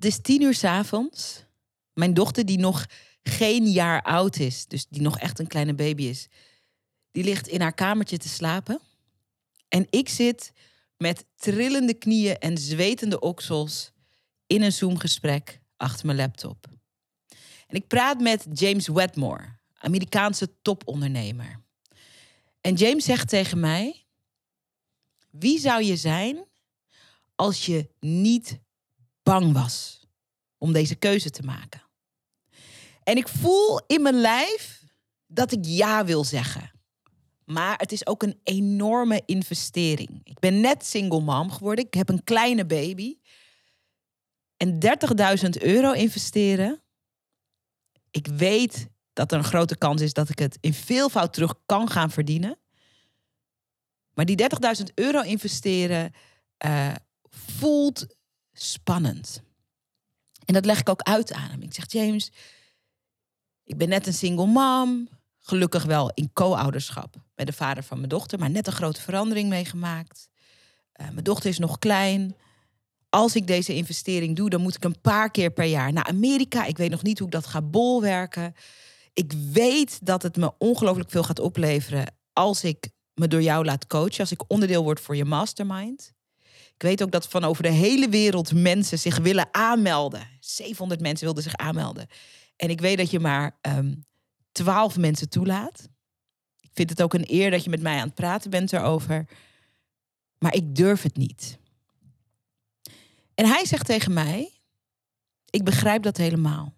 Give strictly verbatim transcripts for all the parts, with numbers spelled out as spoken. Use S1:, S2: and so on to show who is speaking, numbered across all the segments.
S1: is tien uur 's avonds. Mijn dochter, die nog geen jaar oud is, dus die nog echt een kleine baby is, die ligt in haar kamertje te slapen. En ik zit met trillende knieën en zwetende oksels in een Zoom-gesprek achter mijn laptop. En ik praat met James Wedmore, Amerikaanse topondernemer. En James zegt tegen mij: wie zou je zijn als je niet bang was om deze keuze te maken? En ik voel in mijn lijf dat ik ja wil zeggen. Maar het is ook een enorme investering. Ik ben net single mom geworden. Ik heb een kleine baby. En dertigduizend euro investeren. Ik weet dat er een grote kans is dat ik het in veelvoud terug kan gaan verdienen. Maar die dertigduizend euro investeren uh, voelt spannend. En dat leg ik ook uit aan hem. Ik zeg: James, ik ben net een single mom. Gelukkig wel in co-ouderschap met de vader van mijn dochter. Maar net een grote verandering meegemaakt. Uh, mijn dochter is nog klein. Als ik deze investering doe, dan moet ik een paar keer per jaar naar Amerika. Ik weet nog niet hoe ik dat ga bolwerken. Ik weet dat het me ongelooflijk veel gaat opleveren als ik me door jou laat coachen. Als ik onderdeel word voor je mastermind. Ik weet ook dat van over de hele wereld mensen zich willen aanmelden. zevenhonderd mensen wilden zich aanmelden. En ik weet dat je maar um, twaalf mensen toelaat. Ik vind het ook een eer dat je met mij aan het praten bent erover. Maar ik durf het niet. En hij zegt tegen mij: ik begrijp dat helemaal.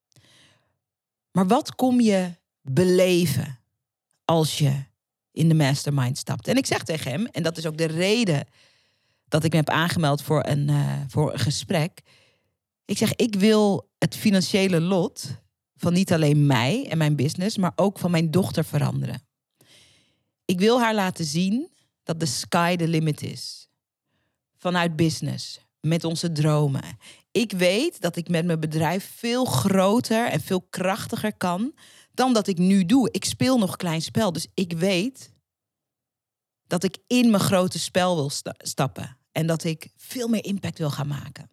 S1: Maar wat kom je beleven als je in de mastermind stapt? En ik zeg tegen hem, en dat is ook de reden dat ik me heb aangemeld voor een, uh, voor een gesprek. Ik zeg: ik wil het financiële lot van niet alleen mij en mijn business, maar ook van mijn dochter veranderen. Ik wil haar laten zien dat the sky the limit is. Vanuit business, met onze dromen. Ik weet dat ik met mijn bedrijf veel groter en veel krachtiger kan dan dat ik nu doe. Ik speel nog klein spel, dus ik weet dat ik in mijn grote spel wil sta- stappen. En dat ik veel meer impact wil gaan maken.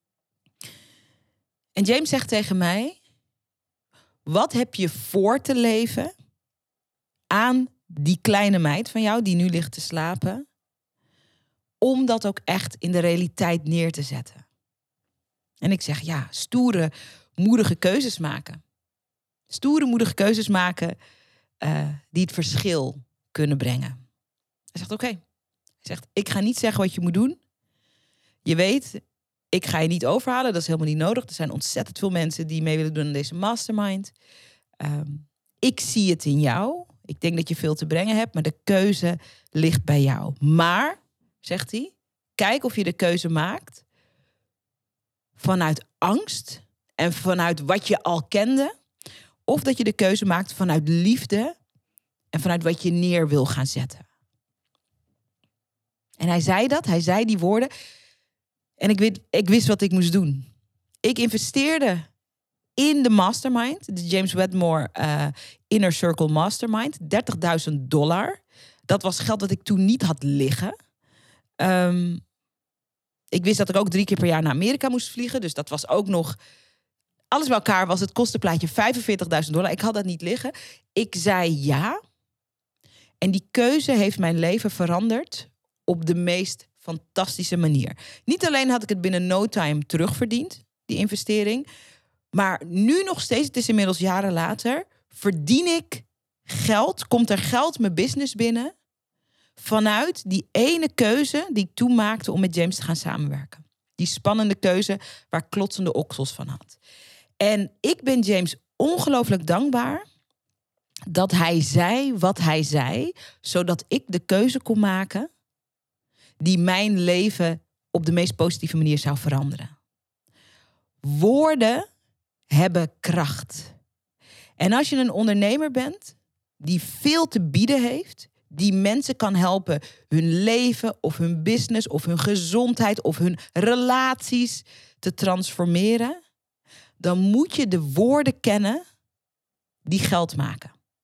S1: En James zegt tegen mij: wat heb je voor te leven aan die kleine meid van jou die nu ligt te slapen, om dat ook echt in de realiteit neer te zetten? En ik zeg: ja, stoere, moedige keuzes maken. Stoere, moedige keuzes maken uh, die het verschil kunnen brengen. Hij zegt: oké. Okay. Hij zegt: ik ga niet zeggen wat je moet doen. Je weet, ik ga je niet overhalen. Dat is helemaal niet nodig. Er zijn ontzettend veel mensen die mee willen doen aan deze mastermind. Um, ik zie het in jou. Ik denk dat je veel te brengen hebt, maar de keuze ligt bij jou. Maar, zegt hij, kijk of je de keuze maakt vanuit angst en vanuit wat je al kende, of dat je de keuze maakt vanuit liefde en vanuit wat je neer wil gaan zetten. En hij zei dat, hij zei die woorden. En ik, weet, ik wist wat ik moest doen. Ik investeerde in de mastermind, de James Wedmore uh, Inner Circle Mastermind, dertigduizend dollar. Dat was geld dat ik toen niet had liggen. Um, ik wist dat ik ook drie keer per jaar naar Amerika moest vliegen. Dus dat was ook nog, alles bij elkaar was het kostenplaatje vijfenveertigduizend dollar. Ik had dat niet liggen. Ik zei ja. En die keuze heeft mijn leven veranderd op de meest fantastische manier. Niet alleen had ik het binnen no time terugverdiend, die investering, maar nu nog steeds, het is inmiddels jaren later, verdien ik geld, komt er geld mijn business binnen vanuit die ene keuze die ik toen maakte om met James te gaan samenwerken. Die spannende keuze waar ik klotsende oksels van had. En ik ben James ongelooflijk dankbaar dat hij zei wat hij zei, zodat ik de keuze kon maken die mijn leven op de meest positieve manier zou veranderen. Woorden hebben kracht. En als je een ondernemer bent die veel te bieden heeft, die mensen kan helpen hun leven of hun business of hun gezondheid of hun relaties te transformeren, dan moet je de woorden kennen die geld maken.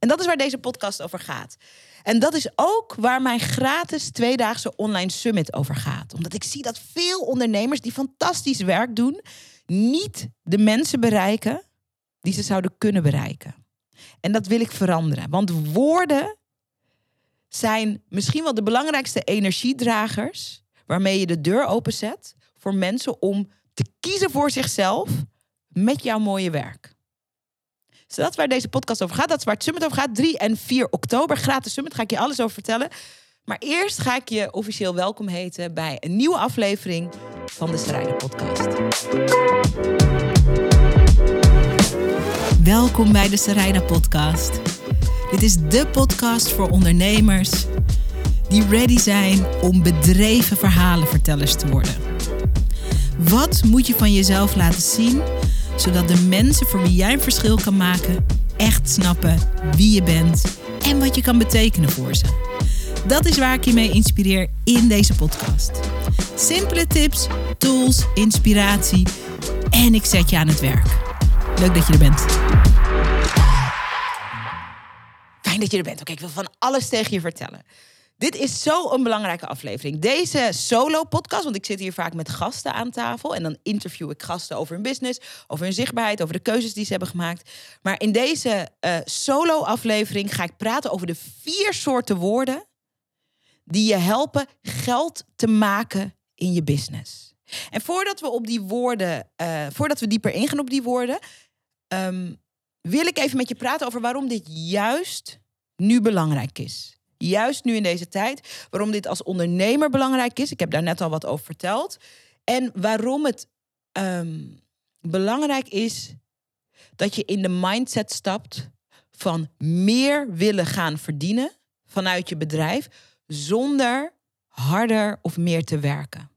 S1: En dat is waar deze podcast over gaat. En dat is ook waar mijn gratis tweedaagse online summit over gaat. Omdat ik zie dat veel ondernemers die fantastisch werk doen, niet de mensen bereiken die ze zouden kunnen bereiken. En dat wil ik veranderen. Want woorden zijn misschien wel de belangrijkste energiedragers waarmee je de deur openzet voor mensen om te kiezen voor zichzelf met jouw mooie werk. Dus dat is waar deze podcast over gaat. Dat is waar het summit over gaat. drie en vier oktober, gratis summit. Ga ik je alles over vertellen. Maar eerst ga ik je officieel welkom heten bij een nieuwe aflevering van de Sarayda podcast. Welkom bij de Sarayda podcast. Dit is de podcast voor ondernemers die ready zijn om bedreven verhalenvertellers te worden. Wat moet je van jezelf laten zien, zodat de mensen voor wie jij een verschil kan maken echt snappen wie je bent en wat je kan betekenen voor ze. Dat is waar ik je mee inspireer in deze podcast. Simpele tips, tools, inspiratie en ik zet je aan het werk. Leuk dat je er bent. Fijn dat je er bent. Oké, ik wil van alles tegen je vertellen. Dit is zo'n belangrijke aflevering. Deze solo-podcast, want ik zit hier vaak met gasten aan tafel en dan interview ik gasten over hun business, over hun zichtbaarheid, over de keuzes die ze hebben gemaakt. Maar in deze uh, solo-aflevering ga ik praten over de vier soorten woorden die je helpen geld te maken in je business. En voordat we op die woorden, uh, voordat we dieper ingaan op die woorden, um, wil ik even met je praten over waarom dit juist nu belangrijk is. Juist nu in deze tijd. Waarom dit als ondernemer belangrijk is. Ik heb daar net al wat over verteld. En waarom het um, belangrijk is dat je in de mindset stapt van meer willen gaan verdienen vanuit je bedrijf zonder harder of meer te werken.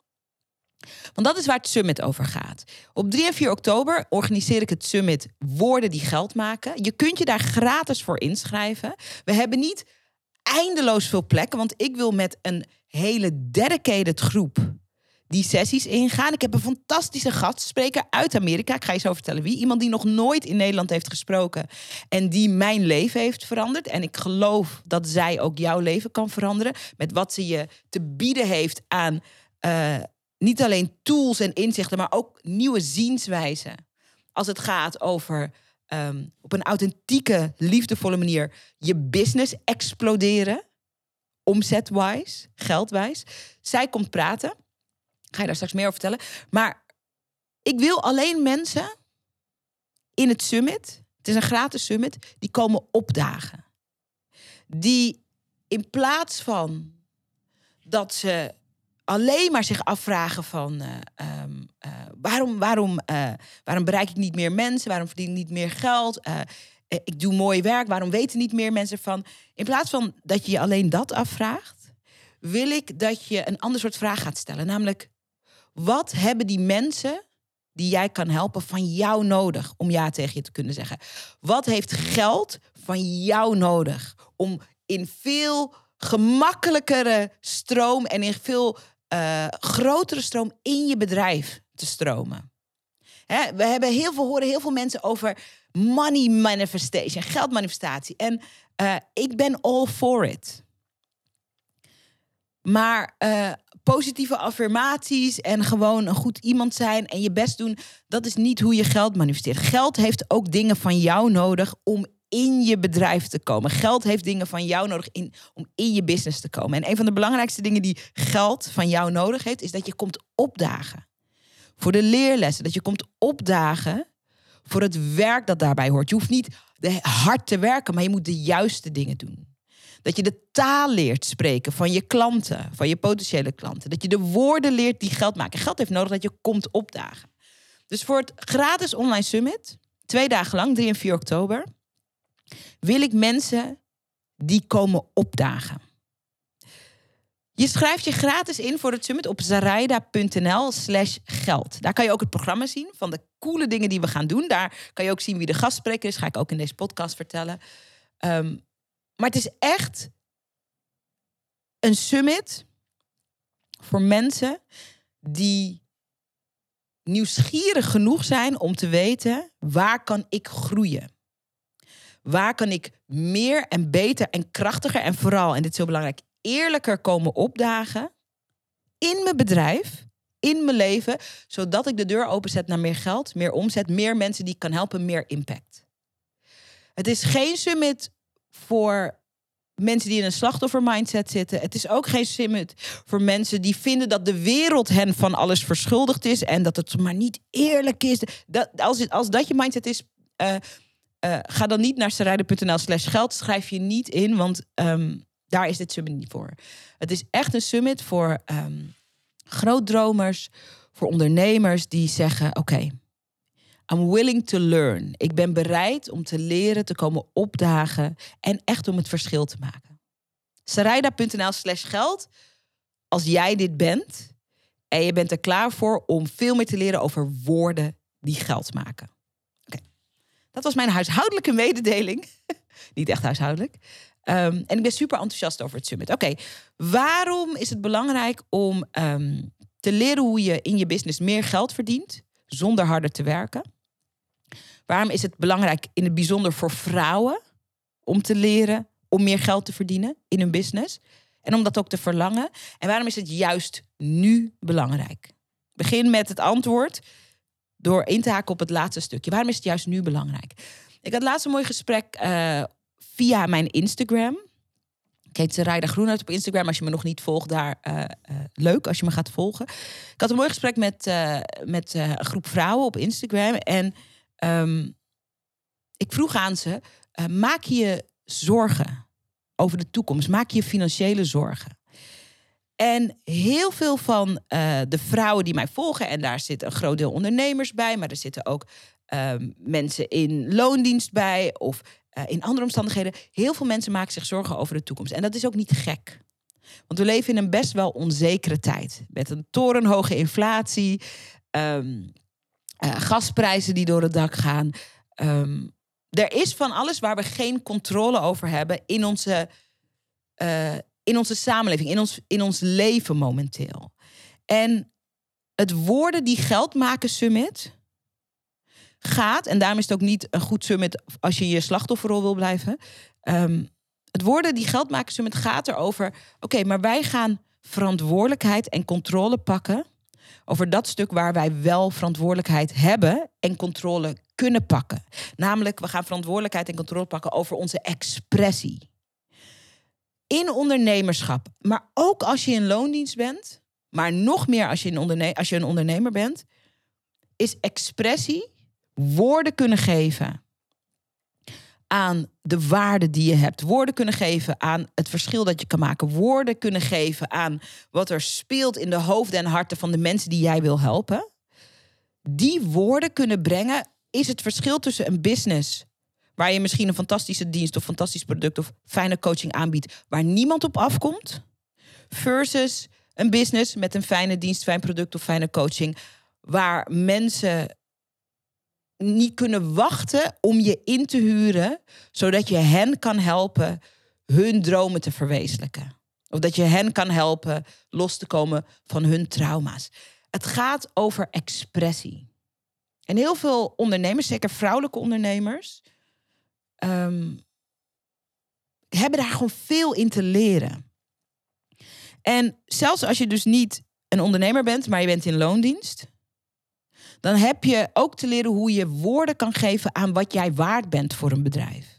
S1: Want dat is waar het summit over gaat. Op drie en vier oktober organiseer ik het summit Woorden die geld maken. Je kunt je daar gratis voor inschrijven. We hebben niet eindeloos veel plekken, want ik wil met een hele dedicated groep die sessies ingaan. Ik heb een fantastische gastspreker uit Amerika. Ik ga je zo vertellen wie. Iemand die nog nooit in Nederland heeft gesproken en die mijn leven heeft veranderd. En ik geloof dat zij ook jouw leven kan veranderen met wat ze je te bieden heeft aan uh, niet alleen tools en inzichten, maar ook nieuwe zienswijzen. Als het gaat over Um, op een authentieke, liefdevolle manier je business exploderen. Omzetwijs, geldwijs. Zij komt praten. Ga je daar straks meer over vertellen. Maar ik wil alleen mensen in het summit, het is een gratis summit, die komen opdagen. Die in plaats van dat ze alleen maar zich afvragen van uh, um, uh, waarom, waarom, uh, waarom bereik ik niet meer mensen? Waarom verdien ik niet meer geld? Uh, ik doe mooi werk, waarom weten niet meer mensen van? In plaats van dat je je alleen dat afvraagt, wil ik dat je een ander soort vraag gaat stellen. Namelijk, wat hebben die mensen die jij kan helpen van jou nodig om ja tegen je te kunnen zeggen? Wat heeft geld van jou nodig om in veel gemakkelijkere stroom en in veel Uh, grotere stroom in je bedrijf te stromen? Hè, we hebben heel veel, horen heel veel mensen over money manifestation, geldmanifestatie. En uh, ik ben all for it. Maar uh, positieve affirmaties en gewoon een goed iemand zijn en je best doen, dat is niet hoe je geld manifesteert. Geld heeft ook dingen van jou nodig om in je bedrijf te komen. Geld heeft dingen van jou nodig in, om in je business te komen. En een van de belangrijkste dingen die geld van jou nodig heeft, is dat je komt opdagen voor de leerlessen. Dat je komt opdagen voor het werk dat daarbij hoort. Je hoeft niet hard te werken, maar je moet de juiste dingen doen. Dat je de taal leert spreken van je klanten, van je potentiële klanten. Dat je de woorden leert die geld maken. Geld heeft nodig dat je komt opdagen. Dus voor het gratis online summit, twee dagen lang, drie en vier oktober... wil ik mensen die komen opdagen. Je schrijft je gratis in voor het summit op sarayda.nl slash geld. Daar kan je ook het programma zien van de coole dingen die we gaan doen. Daar kan je ook zien wie de gastspreker is. Ga ik ook in deze podcast vertellen. Um, maar het is echt een summit voor mensen die nieuwsgierig genoeg zijn om te weten, waar kan ik groeien? Waar kan ik meer en beter en krachtiger en vooral, en dit is heel belangrijk, eerlijker komen opdagen in mijn bedrijf, in mijn leven, zodat ik de deur openzet naar meer geld, meer omzet, meer mensen die ik kan helpen, meer impact. Het is geen summit voor mensen die in een slachtoffermindset zitten. Het is ook geen summit voor mensen die vinden dat de wereld hen van alles verschuldigd is en dat het maar niet eerlijk is. Dat, als, als dat je mindset is, uh, uh, ga dan niet naar sarayda.nl slash geld. Schrijf je niet in, want um, daar is dit summit niet voor. Het is echt een summit voor um, grootdromers, voor ondernemers die zeggen, oké, okay, I'm willing to learn. Ik ben bereid om te leren, te komen opdagen en echt om het verschil te maken. sarayda.nl slash geld. Als jij dit bent en je bent er klaar voor om veel meer te leren over woorden die geld maken. Oké, okay. Dat was mijn huishoudelijke mededeling. Niet echt huishoudelijk. Um, en ik ben super enthousiast over het summit. Oké, okay. Waarom is het belangrijk om um, te leren hoe je in je business meer geld verdient zonder harder te werken? Waarom is het belangrijk in het bijzonder voor vrouwen om te leren om meer geld te verdienen in hun business? En om dat ook te verlangen. En waarom is het juist nu belangrijk? Begin met het antwoord door in te haken op het laatste stukje. Waarom is het juist nu belangrijk? Ik had laatst een mooi gesprek uh, via mijn Instagram. Ik heet Sarayda Groenhart op Instagram. Als je me nog niet volgt, daar uh, uh, leuk als je me gaat volgen. Ik had een mooi gesprek met, uh, met uh, een groep vrouwen op Instagram. En um, ik vroeg aan ze, uh, maak je je zorgen over de toekomst? Maak je je financiële zorgen? En heel veel van uh, de vrouwen die mij volgen, en daar zitten een groot deel ondernemers bij, maar er zitten ook uh, mensen in loondienst bij of uh, in andere omstandigheden. Heel veel mensen maken zich zorgen over de toekomst. En dat is ook niet gek. Want we leven in een best wel onzekere tijd. Met een torenhoge inflatie, um, uh, gasprijzen die door het dak gaan. Um, er is van alles waar we geen controle over hebben in onze Uh, in onze samenleving, in ons, in ons leven momenteel. En het Woorden die Geld maken summit gaat, en daarom is het ook niet een goed summit als je in je slachtofferrol wil blijven. Um, het Woorden die Geld maken summit gaat erover, oké, okay, maar wij gaan verantwoordelijkheid en controle pakken over dat stuk waar wij wel verantwoordelijkheid hebben en controle kunnen pakken. Namelijk, we gaan verantwoordelijkheid en controle pakken over onze expressie. In ondernemerschap, maar ook als je in loondienst bent, maar nog meer als je, een onderne- als je een ondernemer bent, is expressie woorden kunnen geven aan de waarde die je hebt. Woorden kunnen geven aan het verschil dat je kan maken. Woorden kunnen geven aan wat er speelt in de hoofden en harten van de mensen die jij wil helpen. Die woorden kunnen brengen is het verschil tussen een business waar je misschien een fantastische dienst of fantastisch product of fijne coaching aanbiedt, waar niemand op afkomt, versus een business met een fijne dienst, fijn product of fijne coaching, waar mensen niet kunnen wachten om je in te huren, zodat je hen kan helpen hun dromen te verwezenlijken. Of dat je hen kan helpen los te komen van hun trauma's. Het gaat over expressie. En heel veel ondernemers, zeker vrouwelijke ondernemers, Um, hebben daar gewoon veel in te leren. En zelfs als je dus niet een ondernemer bent, maar je bent in loondienst, dan heb je ook te leren hoe je woorden kan geven aan wat jij waard bent voor een bedrijf.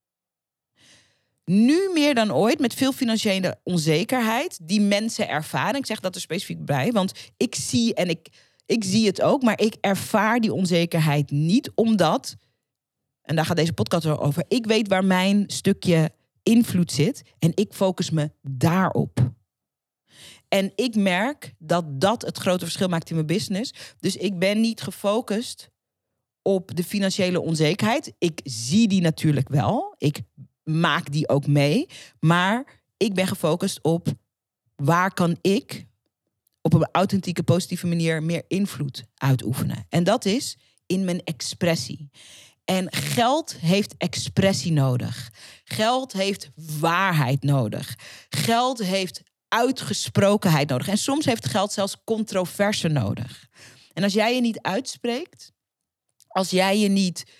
S1: Nu meer dan ooit, met veel financiële onzekerheid die mensen ervaren. Ik zeg dat er specifiek bij, want ik zie en ik, ik zie het ook, maar ik ervaar die onzekerheid niet, omdat, en daar gaat deze podcast over, ik weet waar mijn stukje invloed zit en ik focus me daarop. En ik merk dat dat het grote verschil maakt in mijn business. Dus ik ben niet gefocust op de financiële onzekerheid. Ik zie die natuurlijk wel. Ik maak die ook mee. Maar ik ben gefocust op waar kan ik op een authentieke, positieve manier meer invloed uitoefenen. En dat is in mijn expressie. En geld heeft expressie nodig. Geld heeft waarheid nodig. Geld heeft uitgesprokenheid nodig. En soms heeft geld zelfs controverse nodig. En als jij je niet uitspreekt, als jij je niet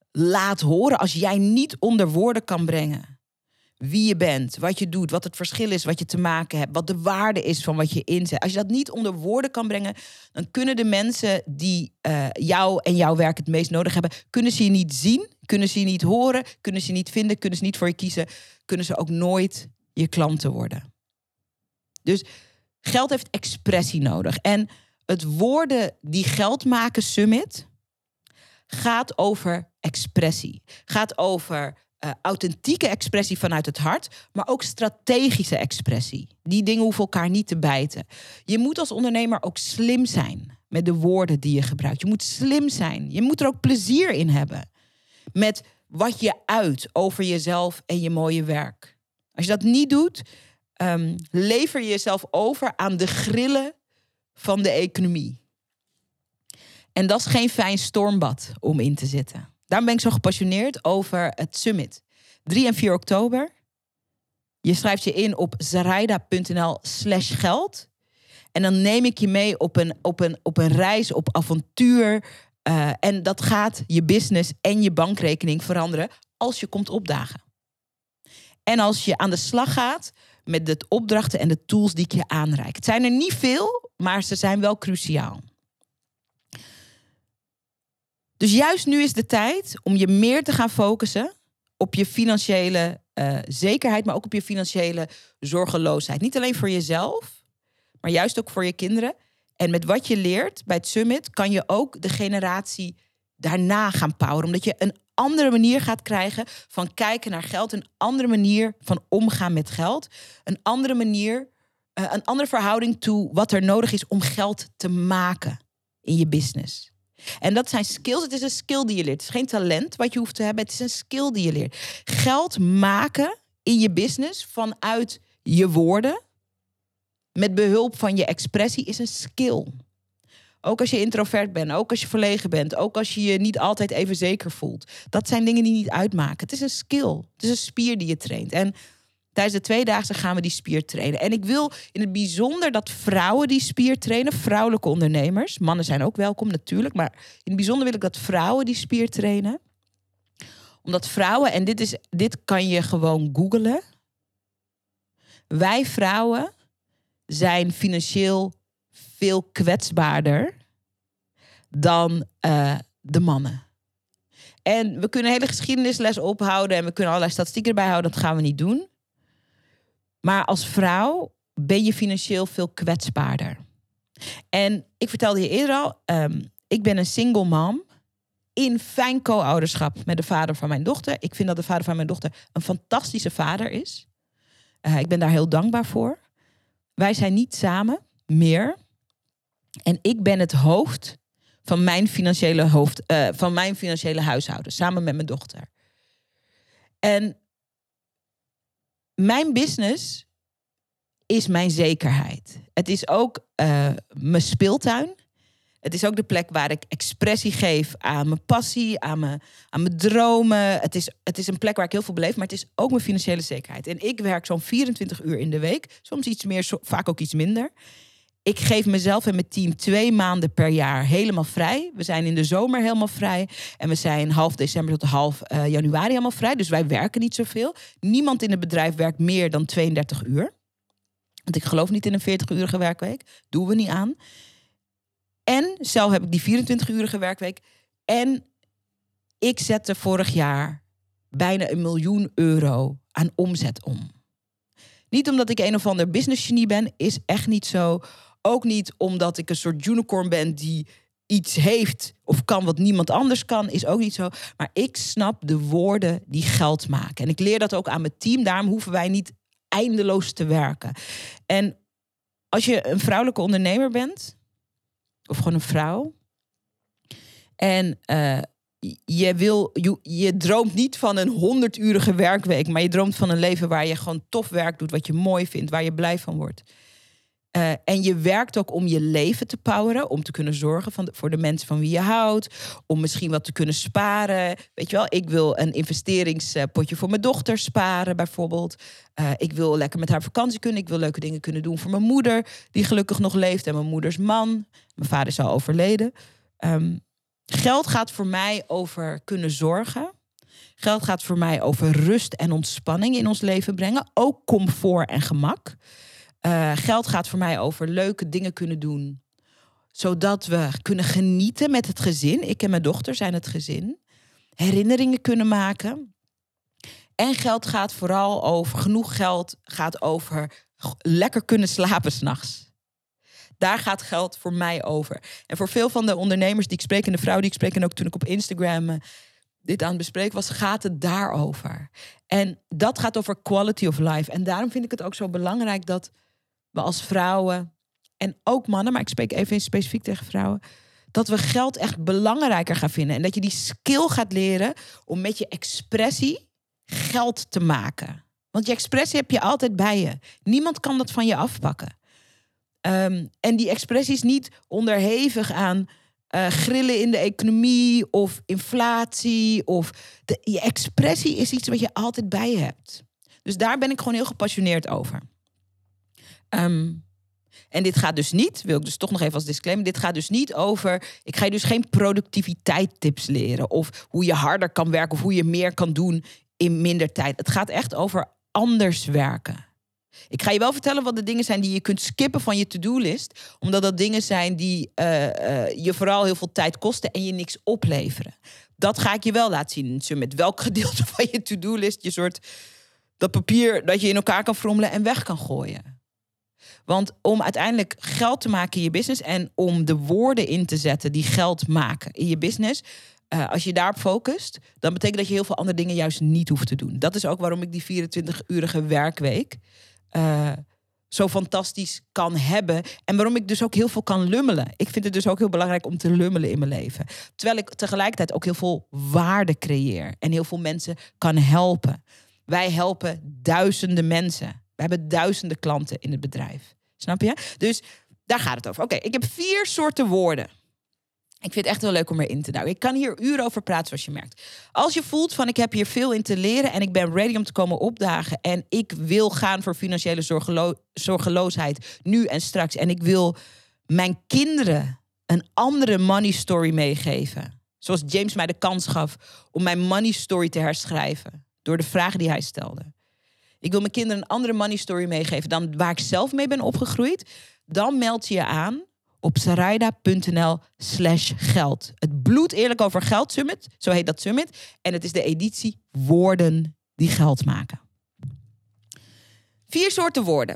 S1: laat horen, als jij niet onder woorden kan brengen wie je bent, wat je doet, wat het verschil is wat je te maken hebt, wat de waarde is van wat je inzet. Als je dat niet onder woorden kan brengen, dan kunnen de mensen die uh, jou en jouw werk het meest nodig hebben, kunnen ze je niet zien, kunnen ze je niet horen, kunnen ze je niet vinden, kunnen ze niet voor je kiezen, kunnen ze ook nooit je klanten worden. Dus geld heeft expressie nodig. En het Woorden die Geld maken Summit gaat over expressie. Gaat over uh, authentieke expressie vanuit het hart, maar ook strategische expressie. Die dingen hoeven elkaar niet te bijten. Je moet als ondernemer ook slim zijn met de woorden die je gebruikt. Je moet slim zijn. Je moet er ook plezier in hebben met wat je uit over jezelf en je mooie werk. Als je dat niet doet, um, lever je jezelf over aan de grillen van de economie. En dat is geen fijn stormbad om in te zitten. Daarom ben ik zo gepassioneerd over het summit. drie en vier oktober. Je schrijft je in op zaraida.nl slash geld. En dan neem ik je mee op een, op een, op een reis, op avontuur. Uh, en dat gaat je business en je bankrekening veranderen als je komt opdagen. En als je aan de slag gaat met de opdrachten en de tools die ik je aanreik. Het zijn er niet veel, maar ze zijn wel cruciaal. Dus juist nu is de tijd om je meer te gaan focussen op je financiële uh, zekerheid, maar ook op je financiële zorgeloosheid. Niet alleen voor jezelf, maar juist ook voor je kinderen. En met wat je leert bij het summit kan je ook de generatie daarna gaan poweren. Omdat je een andere manier gaat krijgen van kijken naar geld. Een andere manier van omgaan met geld. Een andere manier, uh, een andere verhouding toe wat er nodig is om geld te maken in je business. En dat zijn skills. Het is een skill die je leert. Het is geen talent wat je hoeft te hebben. Het is een skill die je leert. Geld maken in je business vanuit je woorden, met behulp van je expressie, is een skill. Ook als je introvert bent, ook als je verlegen bent, ook als je je niet altijd even zeker voelt. Dat zijn dingen die niet uitmaken. Het is een skill. Het is een spier die je traint. En tijdens de tweedaagse gaan we die spier trainen. En ik wil in het bijzonder dat vrouwen die spier trainen, vrouwelijke ondernemers. Mannen zijn ook welkom natuurlijk, maar in het bijzonder wil ik dat vrouwen die spier trainen. Omdat vrouwen, en dit, is, dit kan je gewoon googlen. Wij vrouwen zijn financieel veel kwetsbaarder dan uh, de mannen. En we kunnen een hele geschiedenisles ophouden en we kunnen allerlei statistieken erbij houden. Dat gaan we niet doen. Maar als vrouw ben je financieel veel kwetsbaarder. En ik vertelde je eerder al, um, ik ben een single mom in fijn co-ouderschap met de vader van mijn dochter. Ik vind dat de vader van mijn dochter een fantastische vader is. Uh, ik ben daar heel dankbaar voor. Wij zijn niet samen meer. En ik ben het hoofd van mijn financiële, hoofd, uh, van mijn financiële huishouden, samen met mijn dochter. En mijn business is mijn zekerheid. Het is ook uh, mijn speeltuin. Het is ook de plek waar ik expressie geef aan mijn passie, aan mijn, aan mijn dromen. Het is, het is een plek waar ik heel veel beleef, maar het is ook mijn financiële zekerheid. En ik werk zo'n vierentwintig uur in de week. Soms iets meer, so, vaak ook iets minder. Ik geef mezelf en mijn team twee maanden per jaar helemaal vrij. We zijn in de zomer helemaal vrij. En we zijn half december tot half uh, januari helemaal vrij. Dus wij werken niet zoveel. Niemand in het bedrijf werkt meer dan tweeëndertig uur. Want ik geloof niet in een veertig-urige werkweek. Doen we niet aan. En zelf heb ik die vierentwintig-urige werkweek. En ik zette vorig jaar bijna een miljoen euro aan omzet om. Niet omdat ik een of ander businessgenie ben, is echt niet zo. Ook niet omdat ik een soort unicorn ben die iets heeft of kan wat niemand anders kan, is ook niet zo. Maar ik snap de woorden die geld maken. En ik leer dat ook aan mijn team. Daarom hoeven wij niet eindeloos te werken. En als je een vrouwelijke ondernemer bent, of gewoon een vrouw, en uh, je, wil, je, je droomt niet van een honderd-urige werkweek, maar je droomt van een leven waar je gewoon tof werk doet, wat je mooi vindt, waar je blij van wordt. Uh, en je werkt ook om je leven te poweren, om te kunnen zorgen van de, voor de mensen van wie je houdt, om misschien wat te kunnen sparen. Weet je wel, ik wil een investeringspotje voor mijn dochter sparen, bijvoorbeeld. Uh, ik wil lekker met haar vakantie kunnen. Ik wil leuke dingen kunnen doen voor mijn moeder, die gelukkig nog leeft, en mijn moeders man. Mijn vader is al overleden. Um, Geld gaat voor mij over kunnen zorgen. Geld gaat voor mij over rust en ontspanning in ons leven brengen. Ook comfort en gemak. Uh, geld gaat voor mij over leuke dingen kunnen doen. Zodat we kunnen genieten met het gezin. Ik en mijn dochter zijn het gezin. Herinneringen kunnen maken. En geld gaat vooral over, genoeg geld gaat over lekker kunnen slapen 's nachts. Daar gaat geld voor mij over. En voor veel van de ondernemers die ik spreek en de vrouwen die ik spreek en ook toen ik op Instagram uh, dit aan het bespreken was, gaat het daarover. En dat gaat over quality of life. En daarom vind ik het ook zo belangrijk dat we als vrouwen en ook mannen, maar ik spreek even specifiek tegen vrouwen, dat we geld echt belangrijker gaan vinden. En dat je die skill gaat leren om met je expressie geld te maken. Want je expressie heb je altijd bij je. Niemand kan dat van je afpakken. Um, en die expressie is niet onderhevig aan uh, grillen in de economie of inflatie. Of de, je expressie is iets wat je altijd bij je hebt. Dus daar ben ik gewoon heel gepassioneerd over. Um, en dit gaat dus niet, wil ik dus toch nog even als disclaimer, dit gaat dus niet over, ik ga je dus geen productiviteitstips leren of hoe je harder kan werken of hoe je meer kan doen in minder tijd. Het gaat echt over anders werken. Ik ga je wel vertellen wat de dingen zijn die je kunt skippen van je to-do-list, omdat dat dingen zijn die uh, uh, je vooral heel veel tijd kosten en je niks opleveren. Dat ga ik je wel laten zien in het summit. Welk gedeelte van je to-do-list je soort dat papier dat je in elkaar kan frommelen en weg kan gooien. Want om uiteindelijk geld te maken in je business en om de woorden in te zetten die geld maken in je business, uh, als je daarop focust, dan betekent dat je heel veel andere dingen juist niet hoeft te doen. Dat is ook waarom ik die vierentwintig-urige werkweek uh, zo fantastisch kan hebben. En waarom ik dus ook heel veel kan lummelen. Ik vind het dus ook heel belangrijk om te lummelen in mijn leven. Terwijl ik tegelijkertijd ook heel veel waarde creëer en heel veel mensen kan helpen. Wij helpen duizenden mensen. We hebben duizenden klanten in het bedrijf. Snap je? Dus daar gaat het over. Oké, okay, ik heb vier soorten woorden. Ik vind het echt heel leuk om erin te duiken. Ik kan hier uren over praten, zoals je merkt. Als je voelt van ik heb hier veel in te leren en ik ben ready om te komen opdagen en ik wil gaan voor financiële zorgelo- zorgeloosheid nu en straks en ik wil mijn kinderen een andere money story meegeven. Zoals James mij de kans gaf om mijn money story te herschrijven door de vragen die hij stelde. Ik wil mijn kinderen een andere money story meegeven dan waar ik zelf mee ben opgegroeid. Dan meld je je aan op sarayda.nl slash geld. Het bloed eerlijk over geld summit, zo heet dat summit. En het is de editie woorden die geld maken. Vier soorten woorden.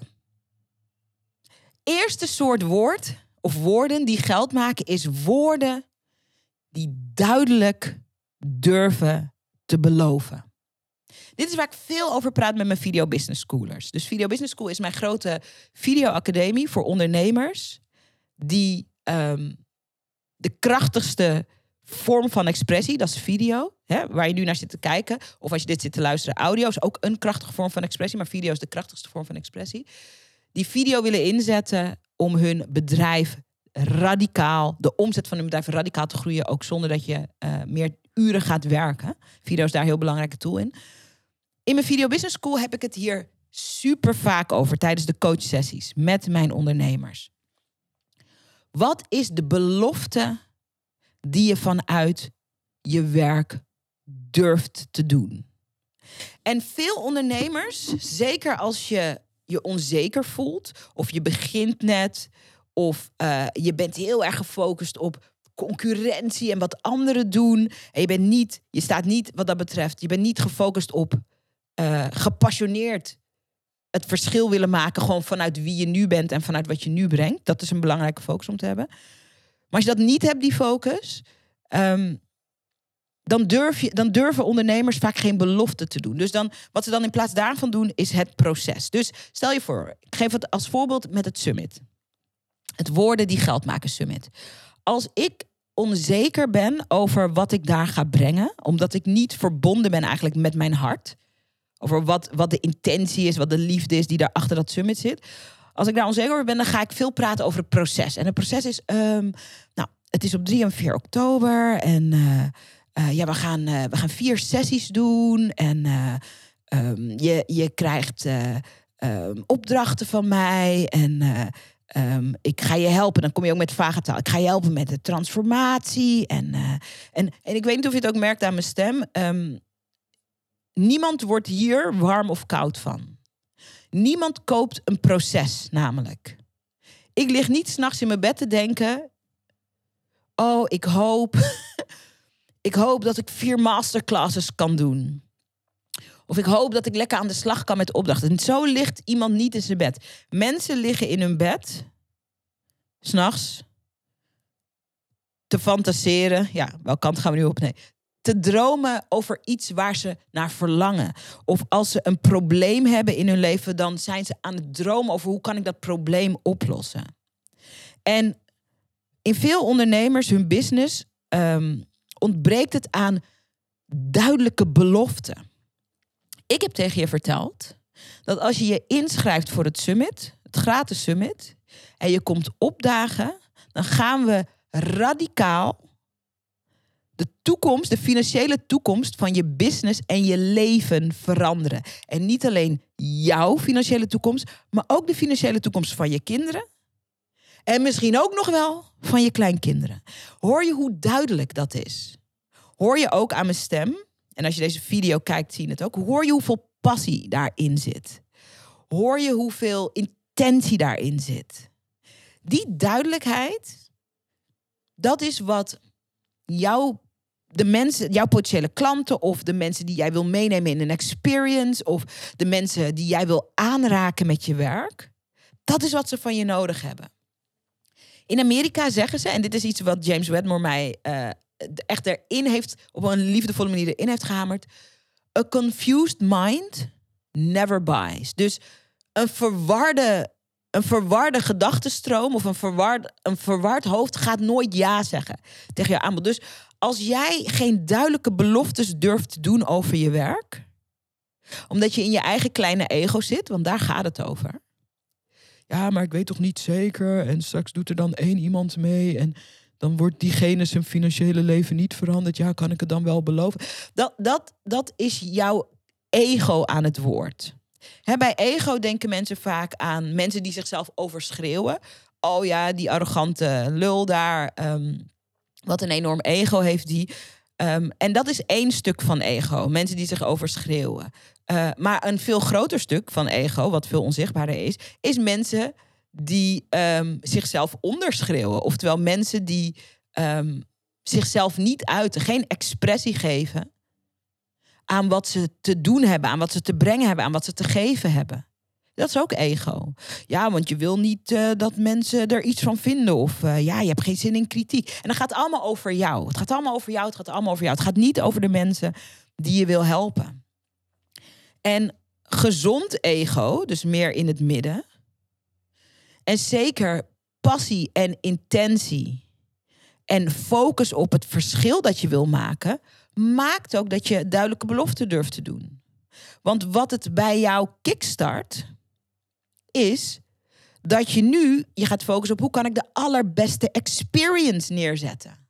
S1: Eerste soort woord of woorden die geld maken is woorden die duidelijk durven te beloven. Dit is waar ik veel over praat met mijn Video Business Schoolers. Dus Video Business School is mijn grote videoacademie voor ondernemers die um, de krachtigste vorm van expressie, dat is video, hè, waar je nu naar zit te kijken, of als je dit zit te luisteren, audio is ook een krachtige vorm van expressie, maar video is de krachtigste vorm van expressie. Die video willen inzetten om hun bedrijf radicaal, de omzet van hun bedrijf radicaal te groeien, ook zonder dat je uh, meer uren gaat werken. Video is daar een heel belangrijke tool in. In mijn Video Business School heb ik het hier super vaak over tijdens de coachsessies met mijn ondernemers. Wat is de belofte die je vanuit je werk durft te doen? En veel ondernemers, zeker als je je onzeker voelt, of je begint net, of uh, je bent heel erg gefocust op concurrentie en wat anderen doen. En je bent niet, je staat niet wat dat betreft, je bent niet gefocust op uh, gepassioneerd het verschil willen maken, gewoon vanuit wie je nu bent en vanuit wat je nu brengt. Dat is een belangrijke focus om te hebben. Maar als je dat niet hebt, die focus, um, dan, durf je, dan durven ondernemers vaak geen belofte te doen. Dus dan, wat ze dan in plaats daarvan doen, is het proces. Dus stel je voor, ik geef het als voorbeeld met het summit. Het woorden die geld maken summit. Als ik onzeker ben over wat ik daar ga brengen, omdat ik niet verbonden ben eigenlijk met mijn hart, over wat, wat de intentie is, wat de liefde is die daar achter dat summit zit. Als ik daar onzeker over ben, dan ga ik veel praten over het proces. En het proces is, um, nou, het is op drie en vier oktober. En uh, uh, ja, we gaan, uh, we gaan vier sessies doen. En uh, um, je, je krijgt uh, um, opdrachten van mij. En uh, Um, ik ga je helpen. Dan kom je ook met vage taal. Ik ga je helpen met de transformatie. En, uh, en, en ik weet niet of je het ook merkt aan mijn stem. Um, niemand wordt hier warm of koud van. Niemand koopt een proces namelijk. Ik lig niet 's nachts in mijn bed te denken... oh, ik hoop... ik hoop dat ik vier masterclasses kan doen. Of ik hoop dat ik lekker aan de slag kan met opdrachten. En zo ligt iemand niet in zijn bed. Mensen liggen in hun bed... 's nachts... te fantaseren. Ja, welke kant gaan we nu op? Nee. Te dromen over iets waar ze naar verlangen. Of als ze een probleem hebben in hun leven... dan zijn ze aan het dromen over hoe kan ik dat probleem oplossen. En in veel ondernemers, hun business... Um, ontbreekt het aan duidelijke beloften. Ik heb tegen je verteld... dat als je je inschrijft voor het summit... het gratis summit... en je komt opdagen... dan gaan we radicaal... de toekomst, de financiële toekomst van je business en je leven veranderen. En niet alleen jouw financiële toekomst, maar ook de financiële toekomst van je kinderen. En misschien ook nog wel van je kleinkinderen. Hoor je hoe duidelijk dat is? Hoor je ook aan mijn stem? En als je deze video kijkt, zie je het ook. Hoor je hoeveel passie daarin zit? Hoor je hoeveel intentie daarin zit? Die duidelijkheid, dat is wat jouw de mensen, jouw potentiële klanten of de mensen die jij wil meenemen in een experience of de mensen die jij wil aanraken met je werk, dat is wat ze van je nodig hebben. In Amerika zeggen ze, en dit is iets wat James Wedmore mij uh, echt erin heeft, op een liefdevolle manier erin heeft gehamerd. A confused mind never buys. Dus een verwarde, een verwarde gedachtenstroom of een verward, een verward hoofd gaat nooit ja zeggen tegen jouw aanbod. Dus als jij geen duidelijke beloftes durft te doen over je werk, omdat je in je eigen kleine ego zit, want daar gaat het over. Ja, maar ik weet toch niet zeker. En straks doet er dan één iemand mee. En dan wordt diegene zijn financiële leven niet veranderd. Ja, kan ik het dan wel beloven? Dat, dat, dat is jouw ego aan het woord. He, bij ego denken mensen vaak aan mensen die zichzelf overschreeuwen. Oh ja, die arrogante lul daar. Um, wat een enorm ego heeft die. Um, en dat is één stuk van ego. Mensen die zich overschreeuwen. Uh, maar een veel groter stuk van ego, wat veel onzichtbaarder is, is mensen die um, zichzelf onderschreeuwen. Oftewel mensen die um, zichzelf niet uiten, geen expressie geven aan wat ze te doen hebben, aan wat ze te brengen hebben, aan wat ze te geven hebben. Dat is ook ego. Ja, want je wil niet uh, dat mensen er iets van vinden. Of uh, ja, je hebt geen zin in kritiek. En dat gaat allemaal over jou. Het gaat allemaal over jou, het gaat allemaal over jou. Het gaat niet over de mensen die je wil helpen. En gezond ego, dus meer in het midden. En zeker passie en intentie. En focus op het verschil dat je wil maken, maakt ook dat je duidelijke beloften durft te doen. Want wat het bij jou kickstart, is dat je nu, je gaat focussen op hoe kan ik de allerbeste experience neerzetten.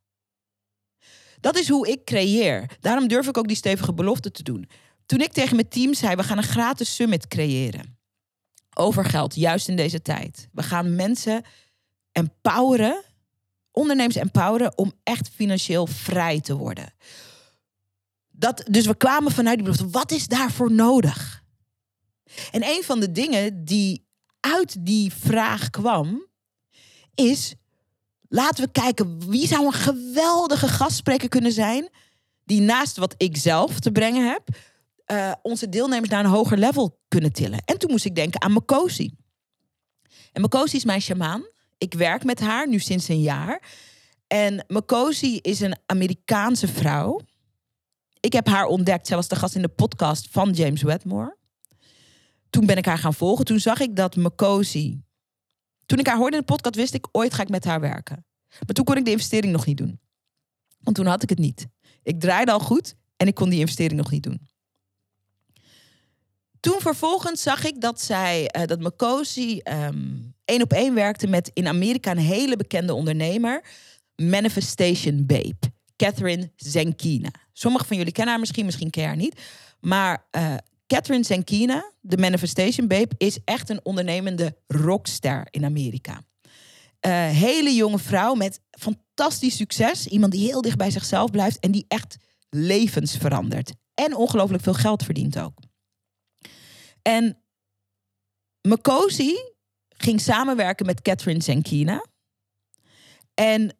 S1: Dat is hoe ik creëer. Daarom durf ik ook die stevige belofte te doen. Toen ik tegen mijn team zei, we gaan een gratis summit creëren. Over geld, juist in deze tijd. We gaan mensen empoweren, ondernemers empoweren om echt financieel vrij te worden. Dat, dus we kwamen vanuit die belofte. Wat is daarvoor nodig? En een van de dingen die uit die vraag kwam, is, laten we kijken, wie zou een geweldige gastspreker kunnen zijn, die naast wat ik zelf te brengen heb, uh, onze deelnemers naar een hoger level kunnen tillen. En toen moest ik denken aan Makosi. En Makosi is mijn sjamaan. Ik werk met haar nu sinds een jaar. En Makosi is een Amerikaanse vrouw. Ik heb haar ontdekt. Zij was de gast in de podcast van James Wedmore. Toen ben ik haar gaan volgen. Toen zag ik dat Makosi... Toen ik haar hoorde in de podcast, wist ik, ooit ga ik met haar werken. Maar toen kon ik de investering nog niet doen. Want toen had ik het niet. Ik draaide al goed en ik kon die investering nog niet doen. Toen vervolgens zag ik dat zij, uh, dat Makosi um, één op één werkte met in Amerika een hele bekende ondernemer. Manifestation Babe. Catherine Zenkina. Sommigen van jullie kennen haar misschien, misschien ken je haar niet. Maar uh, Catherine Zenkina, de Manifestation Babe, is echt een ondernemende rockster in Amerika. uh, hele jonge vrouw met fantastisch succes. Iemand die heel dicht bij zichzelf blijft en die echt levens verandert. En ongelooflijk veel geld verdient ook. En Makosi ging samenwerken met Catherine Zenkina. En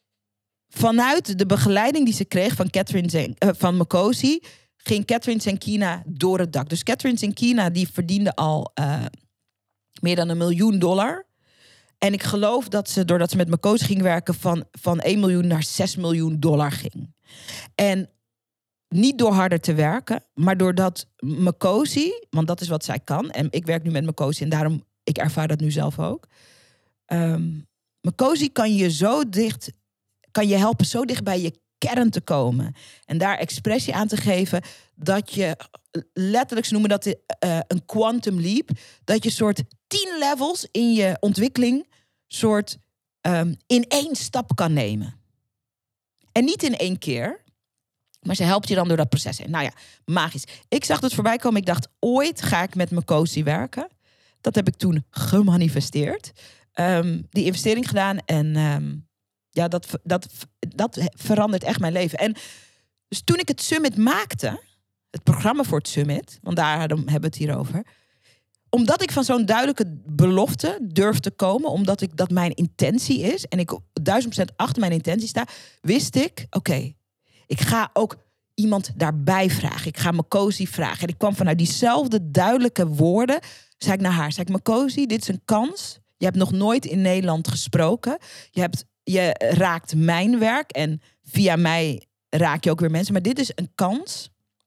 S1: vanuit de begeleiding die ze kreeg van, Catherine Zen, uh, van Makosi ging Catherine Zenkina door het dak. Dus Catherine Zenkina die verdiende al uh, meer dan een miljoen dollar. En ik geloof dat ze, doordat ze met Makosi ging werken, van, van één miljoen naar zes miljoen dollar ging. En niet door harder te werken, maar doordat Makosi, want dat is wat zij kan. En ik werk nu met Makosi en daarom, ik ervaar dat nu zelf ook. Um, Makosi kan je zo dicht, kan je helpen zo dicht bij je kern te komen. En daar expressie aan te geven dat je, letterlijk, ze noemen dat uh, een quantum leap. Dat je soort tien levels in je ontwikkeling soort um, in één stap kan nemen. En niet in één keer. Maar ze helpt je dan door dat proces heen. Nou ja, magisch. Ik zag het voorbij komen. Ik dacht, ooit ga ik met Makosi werken. Dat heb ik toen gemanifesteerd. Um, die investering gedaan. En um, ja, dat, dat, dat verandert echt mijn leven. En dus toen ik het summit maakte, het programma voor het summit, want daar hebben we het hier over. Omdat ik van zo'n duidelijke belofte durf te komen, omdat ik dat mijn intentie is en ik duizend procent achter mijn intentie sta, wist ik, oké, okay, ik ga ook iemand daarbij vragen. Ik ga Makosi vragen. En ik kwam vanuit diezelfde duidelijke woorden, zei ik naar haar, zei ik, Makosi, dit is een kans. Je hebt nog nooit in Nederland gesproken. Je, hebt, je raakt mijn werk en via mij raak je ook weer mensen. Maar dit is een kans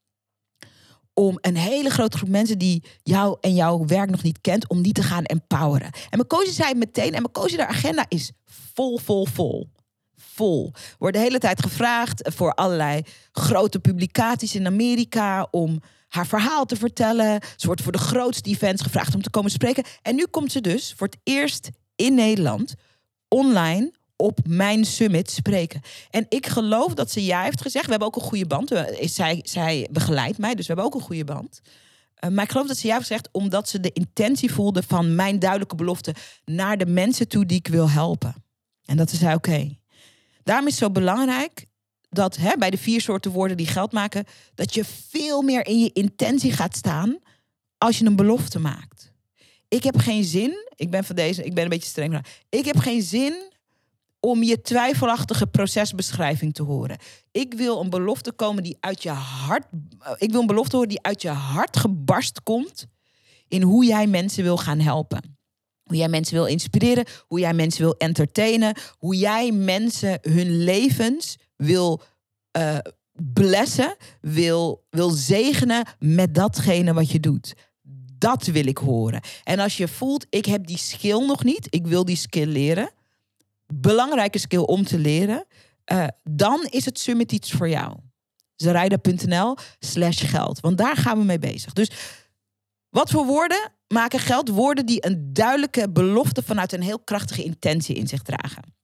S1: om een hele grote groep mensen die jou en jouw werk nog niet kent, om die te gaan empoweren. En Makosi zei meteen, en Makosi, de agenda is vol, vol, vol. Vol. Wordt de hele tijd gevraagd voor allerlei grote publicaties in Amerika om haar verhaal te vertellen. Ze wordt voor de grootste events gevraagd om te komen spreken. En nu komt ze dus voor het eerst in Nederland online op mijn summit spreken. En ik geloof dat ze ja heeft gezegd. We hebben ook een goede band. Zij, zij begeleidt mij, dus we hebben ook een goede band. Uh, maar ik geloof dat ze ja heeft gezegd omdat ze de intentie voelde van mijn duidelijke belofte naar de mensen toe die ik wil helpen. En dat ze zei, oké. Okay. Daarom is het zo belangrijk dat hè, bij de vier soorten woorden die geld maken, dat je veel meer in je intentie gaat staan als je een belofte maakt. Ik heb geen zin, ik ben van deze, ik ben een beetje streng, maar ik heb geen zin om je twijfelachtige procesbeschrijving te horen. Ik wil een belofte komen die uit je hart, ik wil een belofte horen die uit je hart gebarst komt in hoe jij mensen wil gaan helpen. Hoe jij mensen wil inspireren, hoe jij mensen wil entertainen, hoe jij mensen hun levens wil uh, blessen, wil, wil zegenen met datgene wat je doet. Dat wil ik horen. En als je voelt, ik heb die skill nog niet, ik wil die skill leren, belangrijke skill om te leren, uh, dan is het Summit iets voor jou. Zaraida.nl slash geld. Want daar gaan we mee bezig. Dus wat voor woorden maken geld? Woorden die een duidelijke belofte vanuit een heel krachtige intentie in zich dragen.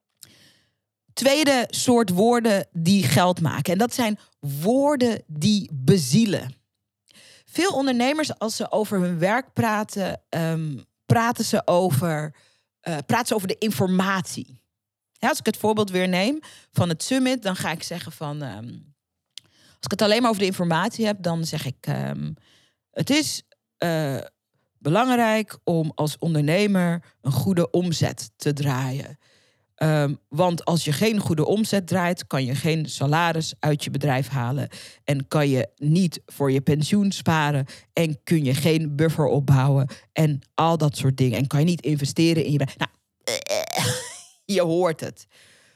S1: Tweede soort woorden die geld maken. En dat zijn woorden die bezielen. Veel ondernemers, als ze over hun werk praten, um, praten, ze over, uh, praten ze over de informatie. Ja, als ik het voorbeeld weer neem van het summit, dan ga ik zeggen van, Um, als ik het alleen maar over de informatie heb, dan zeg ik, Um, het is Uh, belangrijk om als ondernemer een goede omzet te draaien. Um, want als je geen goede omzet draait, kan je geen salaris uit je bedrijf halen. En kan je niet voor je pensioen sparen. En kun je geen buffer opbouwen. En al dat soort dingen. En kan je niet investeren in je bedrijf. Nou, uh, je hoort het.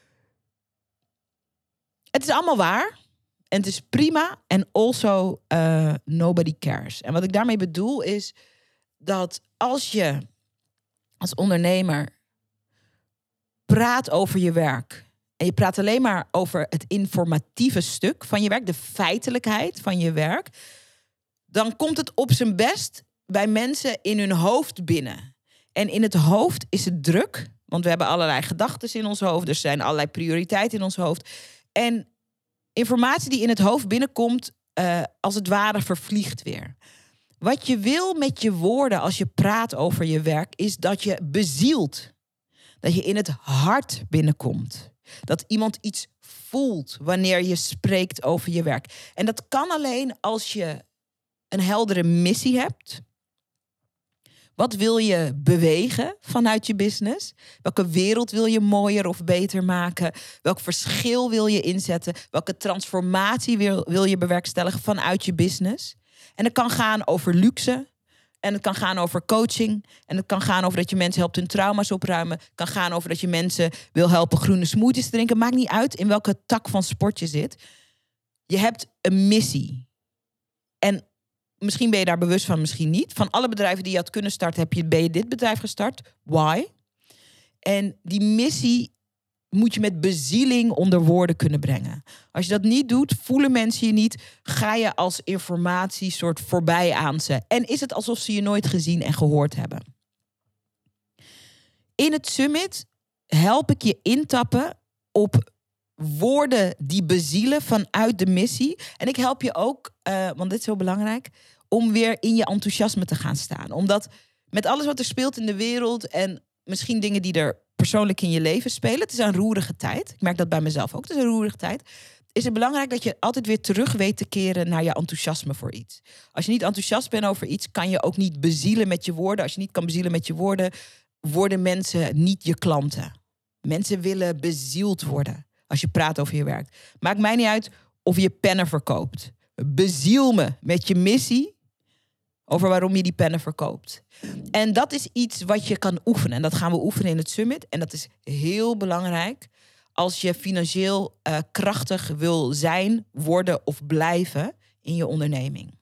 S1: Het is allemaal waar. En het is prima. En also uh, nobody cares. En wat ik daarmee bedoel is dat als je als ondernemer praat over je werk en je praat alleen maar over het informatieve stuk van je werk, de feitelijkheid van je werk, dan komt het op zijn best bij mensen in hun hoofd binnen. En in het hoofd is het druk, want we hebben allerlei gedachten in ons hoofd, er zijn allerlei prioriteiten in ons hoofd. En informatie die in het hoofd binnenkomt, uh, als het ware vervliegt weer. Wat je wil met je woorden als je praat over je werk, is dat je bezielt. Dat je in het hart binnenkomt. Dat iemand iets voelt wanneer je spreekt over je werk. En dat kan alleen als je een heldere missie hebt. Wat wil je bewegen vanuit je business? Welke wereld wil je mooier of beter maken? Welk verschil wil je inzetten? Welke transformatie wil, wil je bewerkstelligen vanuit je business? En het kan gaan over luxe. En het kan gaan over coaching. En het kan gaan over dat je mensen helpt hun trauma's opruimen. Het kan gaan over dat je mensen wil helpen groene smoothies te drinken. Maakt niet uit in welke tak van sport je zit. Je hebt een missie. En misschien ben je daar bewust van, misschien niet. Van alle bedrijven die je had kunnen starten, heb je, ben je dit bedrijf gestart. Why? En die missie moet je met bezieling onder woorden kunnen brengen. Als je dat niet doet, voelen mensen je niet. Ga je als informatie soort voorbij aan ze. En is het alsof ze je nooit gezien en gehoord hebben. In het summit help ik je intappen op woorden die bezielen vanuit de missie. En ik help je ook, uh, want dit is zo belangrijk, om weer in je enthousiasme te gaan staan. Omdat met alles wat er speelt in de wereld en misschien dingen die er persoonlijk in je leven spelen, het is een roerige tijd. Ik merk dat bij mezelf ook. Het is een roerige tijd. Is het belangrijk dat je altijd weer terug weet te keren naar je enthousiasme voor iets. Als je niet enthousiast bent over iets, kan je ook niet bezielen met je woorden. Als je niet kan bezielen met je woorden, worden mensen niet je klanten. Mensen willen bezield worden als je praat over je werk. Maakt mij niet uit of je pennen verkoopt. Beziel me met je missie over waarom je die pennen verkoopt. En dat is iets wat je kan oefenen. En dat gaan we oefenen in het summit. En dat is heel belangrijk als je financieel uh, krachtig wil zijn, worden of blijven in je onderneming.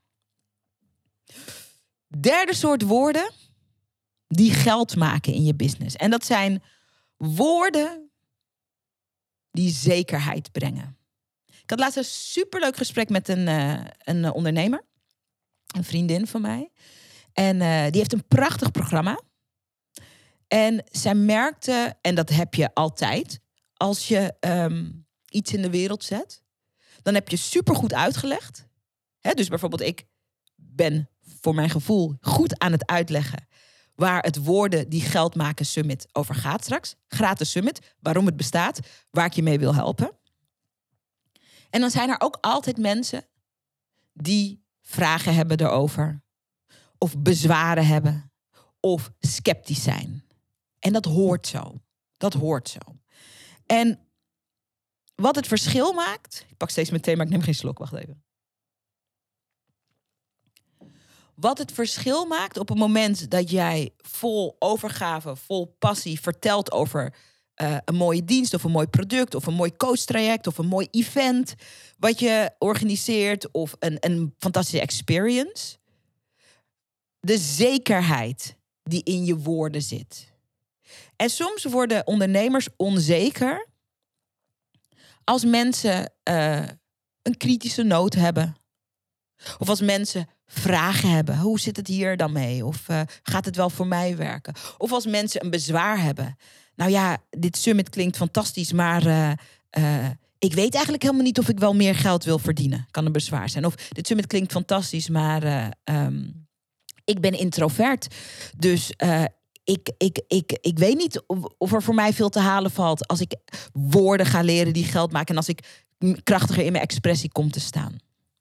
S1: Derde soort woorden die geld maken in je business. En dat zijn woorden die zekerheid brengen. Ik had laatst een superleuk gesprek met een, uh, een ondernemer. Een vriendin van mij. En uh, die heeft een prachtig programma. En zij merkte, en dat heb je altijd, als je um, iets in de wereld zet, dan heb je supergoed uitgelegd. Hè, dus bijvoorbeeld ik ben voor mijn gevoel goed aan het uitleggen waar het Woorden die Geld maken Summit over gaat straks. Gratis summit, waarom het bestaat, waar ik je mee wil helpen. En dan zijn er ook altijd mensen die vragen hebben erover. Of bezwaren hebben. Of sceptisch zijn. En dat hoort zo. Dat hoort zo. En wat het verschil maakt. Ik pak steeds mijn thee, maar ik neem geen slok. Wacht even. Wat het verschil maakt op het moment dat jij vol overgave, vol passie vertelt over uh, een mooie dienst of een mooi product of een mooi coachtraject of een mooi event wat je organiseert of een, een fantastische experience. De zekerheid die in je woorden zit. En soms worden ondernemers onzeker als mensen uh, een kritische noot hebben. Of als mensen vragen hebben. Hoe zit het hier dan mee? Of uh, gaat het wel voor mij werken? Of als mensen een bezwaar hebben. Nou ja, dit summit klinkt fantastisch, maar uh, uh, ik weet eigenlijk helemaal niet of ik wel meer geld wil verdienen. Kan een bezwaar zijn. Of dit summit klinkt fantastisch, maar uh, um, ik ben introvert. Dus uh, ik, ik, ik, ik weet niet of, of er voor mij veel te halen valt als ik woorden ga leren die geld maken en als ik krachtiger in mijn expressie kom te staan.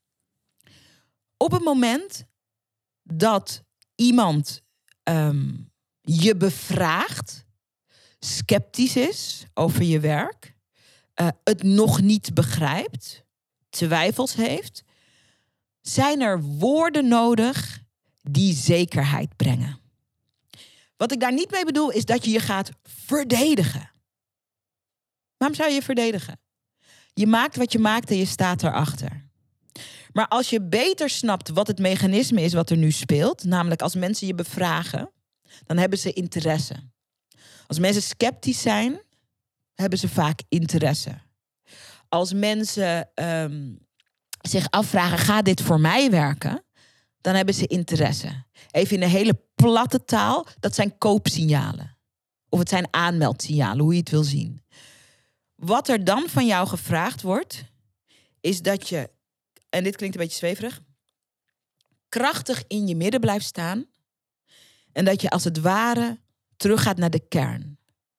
S1: Op het moment dat iemand um, je bevraagt, sceptisch is over je werk, uh, het nog niet begrijpt, twijfels heeft, zijn er woorden nodig die zekerheid brengen. Wat ik daar niet mee bedoel is dat je je gaat verdedigen. Waarom zou je je verdedigen? Je maakt wat je maakt en je staat erachter. Maar als je beter snapt wat het mechanisme is wat er nu speelt, namelijk als mensen je bevragen, dan hebben ze interesse. Als mensen sceptisch zijn, hebben ze vaak interesse. Als mensen um, zich afvragen, gaat dit voor mij werken? Dan hebben ze interesse. Even in een hele platte taal, dat zijn koopsignalen. Of het zijn aanmeldsignalen, hoe je het wil zien. Wat er dan van jou gevraagd wordt, is dat je, en dit klinkt een beetje zweverig, krachtig in je midden blijft staan. En dat je als het ware teruggaat naar de kern.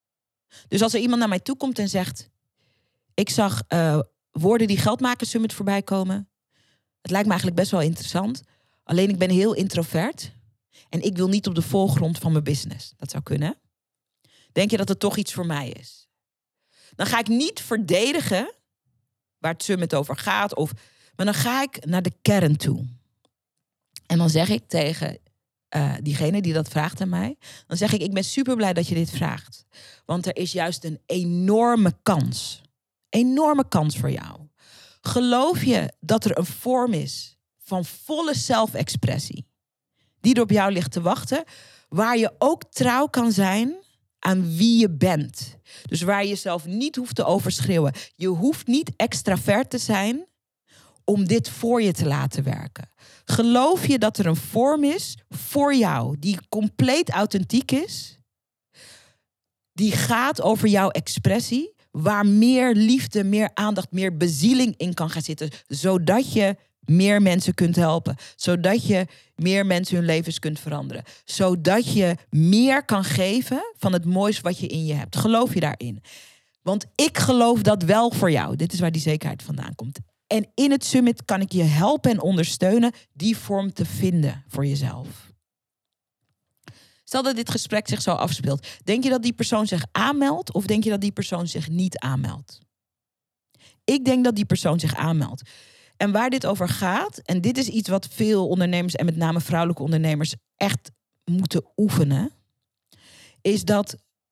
S1: Dus als er iemand naar mij toe komt en zegt... ik zag uh, Woorden die Geldmakers Summit voorbij komen. Het lijkt me eigenlijk best wel interessant. Alleen ik ben heel introvert. En ik wil niet op de voorgrond van mijn business. Dat zou kunnen. Denk je dat het toch iets voor mij is? Dan ga ik niet verdedigen waar het summit over gaat. Of, maar dan ga ik naar de kern toe. En dan zeg ik tegen uh, diegene die dat vraagt aan mij. Dan zeg ik, ik ben super blij dat je dit vraagt. Want er is juist een enorme kans. Enorme kans voor jou. Geloof je dat er een vorm is van volle zelfexpressie die er op jou ligt te wachten, waar je ook trouw kan zijn aan wie je bent. Dus waar je jezelf niet hoeft te overschreeuwen. Je hoeft niet extravert te zijn om dit voor je te laten werken. Geloof je dat er een vorm is voor jou die compleet authentiek is, die gaat over jouw expressie, waar meer liefde, meer aandacht, meer bezieling in kan gaan zitten, zodat je meer mensen kunt helpen. Zodat je meer mensen hun levens kunt veranderen. Zodat je meer kan geven van het moois wat je in je hebt. Geloof je daarin? Want ik geloof dat wel voor jou. Dit is waar die zekerheid vandaan komt. En in het summit kan ik je helpen en ondersteunen die vorm te vinden voor jezelf. Stel dat dit gesprek zich zo afspeelt. Denk je dat die persoon zich aanmeldt of denk je dat die persoon zich niet aanmeldt? Ik denk dat die persoon zich aanmeldt. En waar dit over gaat, en dit is iets wat veel ondernemers en met name vrouwelijke ondernemers echt moeten oefenen, is dat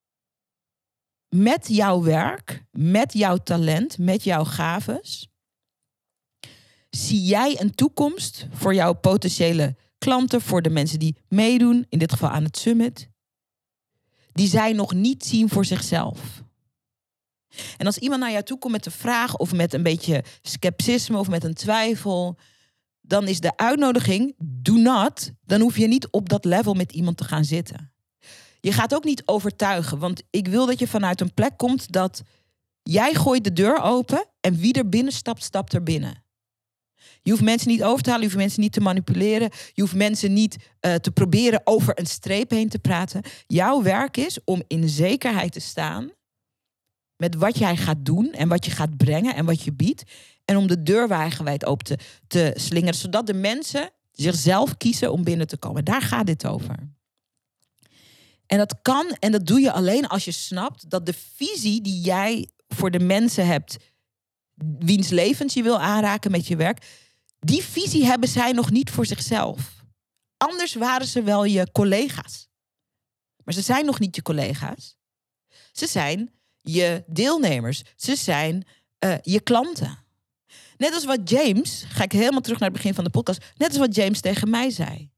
S1: met jouw werk, met jouw talent, met jouw gaves, zie jij een toekomst voor jouw potentiële klanten, voor de mensen die meedoen, in dit geval aan het summit, die zij nog niet zien voor zichzelf. En als iemand naar jou toe komt met een vraag of met een beetje scepticisme of met een twijfel, dan is de uitnodiging, do not, dan hoef je niet op dat level met iemand te gaan zitten. Je gaat ook niet overtuigen, want ik wil dat je vanuit een plek komt dat jij gooit de deur open en wie er binnen stapt, stapt er binnen. Je hoeft mensen niet over te halen, je hoeft mensen niet te manipuleren, je hoeft mensen niet uh, te proberen over een streep heen te praten. Jouw werk is om in zekerheid te staan met wat jij gaat doen en wat je gaat brengen en wat je biedt. En om de deur wagenwijd open te, te slingeren, zodat de mensen zichzelf kiezen om binnen te komen. Daar gaat dit over. En dat kan en dat doe je alleen als je snapt dat de visie die jij voor de mensen hebt, wiens levens je wil aanraken met je werk, die visie hebben zij nog niet voor zichzelf. Anders waren ze wel je collega's. Maar ze zijn nog niet je collega's. Ze zijn je deelnemers. Ze zijn uh, je klanten. Net als wat James, ga ik helemaal terug naar het begin van de podcast, net als wat James tegen mij zei.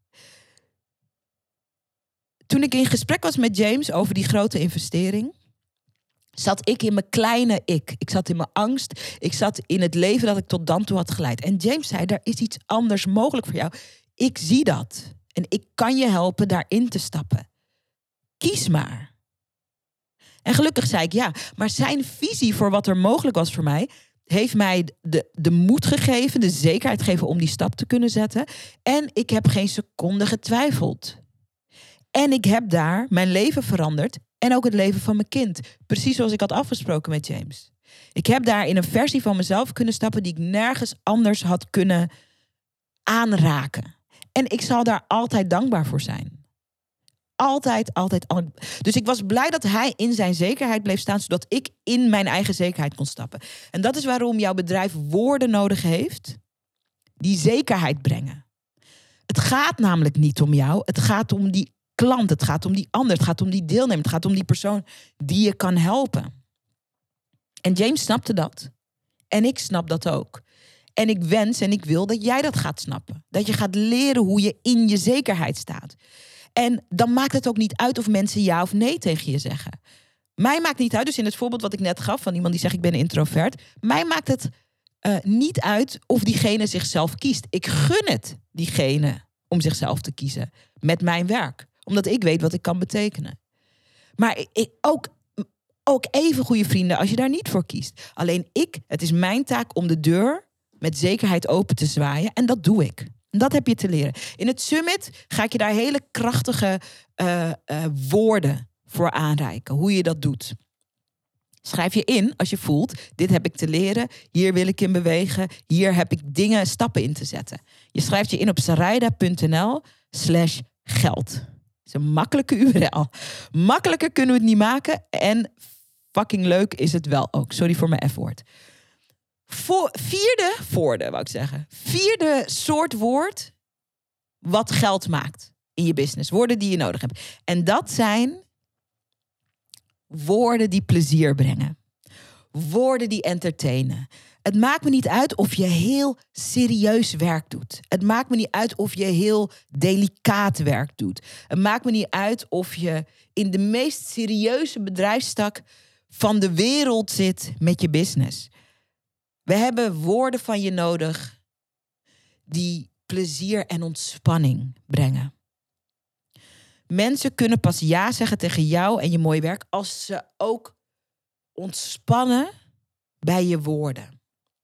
S1: Toen ik in gesprek was met James over die grote investering, zat ik in mijn kleine ik. Ik zat in mijn angst. Ik zat in het leven dat ik tot dan toe had geleid. En James zei, er is iets anders mogelijk voor jou. Ik zie dat. En ik kan je helpen daarin te stappen. Kies maar. En gelukkig zei ik ja. Maar zijn visie voor wat er mogelijk was voor mij heeft mij de, de moed gegeven, de zekerheid gegeven om die stap te kunnen zetten. En ik heb geen seconde getwijfeld. En ik heb daar mijn leven veranderd. En ook het leven van mijn kind. Precies zoals ik had afgesproken met James. Ik heb daar in een versie van mezelf kunnen stappen die ik nergens anders had kunnen aanraken. En ik zal daar altijd dankbaar voor zijn. Altijd, altijd, altijd. Dus ik was blij dat hij in zijn zekerheid bleef staan, zodat ik in mijn eigen zekerheid kon stappen. En dat is waarom jouw bedrijf woorden nodig heeft die zekerheid brengen. Het gaat namelijk niet om jou. Het gaat om die klant. Het gaat om die ander. Het gaat om die deelnemer. Het gaat om die persoon die je kan helpen. En James snapte dat. En ik snap dat ook. En ik wens en ik wil dat jij dat gaat snappen. Dat je gaat leren hoe je in je zekerheid staat. En dan maakt het ook niet uit of mensen ja of nee tegen je zeggen. Mij maakt niet uit, dus in het voorbeeld wat ik net gaf van iemand die zegt ik ben een introvert. Mij maakt het uh, niet uit of diegene zichzelf kiest. Ik gun het diegene om zichzelf te kiezen met mijn werk. Omdat ik weet wat ik kan betekenen. Maar ik, ook, ook even goede vrienden als je daar niet voor kiest. Alleen ik, het is mijn taak om de deur met zekerheid open te zwaaien. En dat doe ik. En dat heb je te leren. In het summit ga ik je daar hele krachtige uh, uh, woorden voor aanreiken. Hoe je dat doet. Schrijf je in als je voelt, dit heb ik te leren, hier wil ik in bewegen, hier heb ik dingen, stappen in te zetten. Je schrijft je in op sarayda.nl slash geld. Dat is een makkelijke U R L. Makkelijker kunnen we het niet maken en fucking leuk is het wel ook. Sorry voor mijn F-woord. Voor, vierde, voorde wou ik zeggen. Vierde soort woord wat geld maakt in je business. Woorden die je nodig hebt. En dat zijn woorden die plezier brengen. Woorden die entertainen. Het maakt me niet uit of je heel serieus werk doet. Het maakt me niet uit of je heel delicaat werk doet. Het maakt me niet uit of je in de meest serieuze bedrijfstak van de wereld zit met je business. We hebben woorden van je nodig die plezier en ontspanning brengen. Mensen kunnen pas ja zeggen tegen jou en je mooie werk als ze ook ontspannen bij je woorden.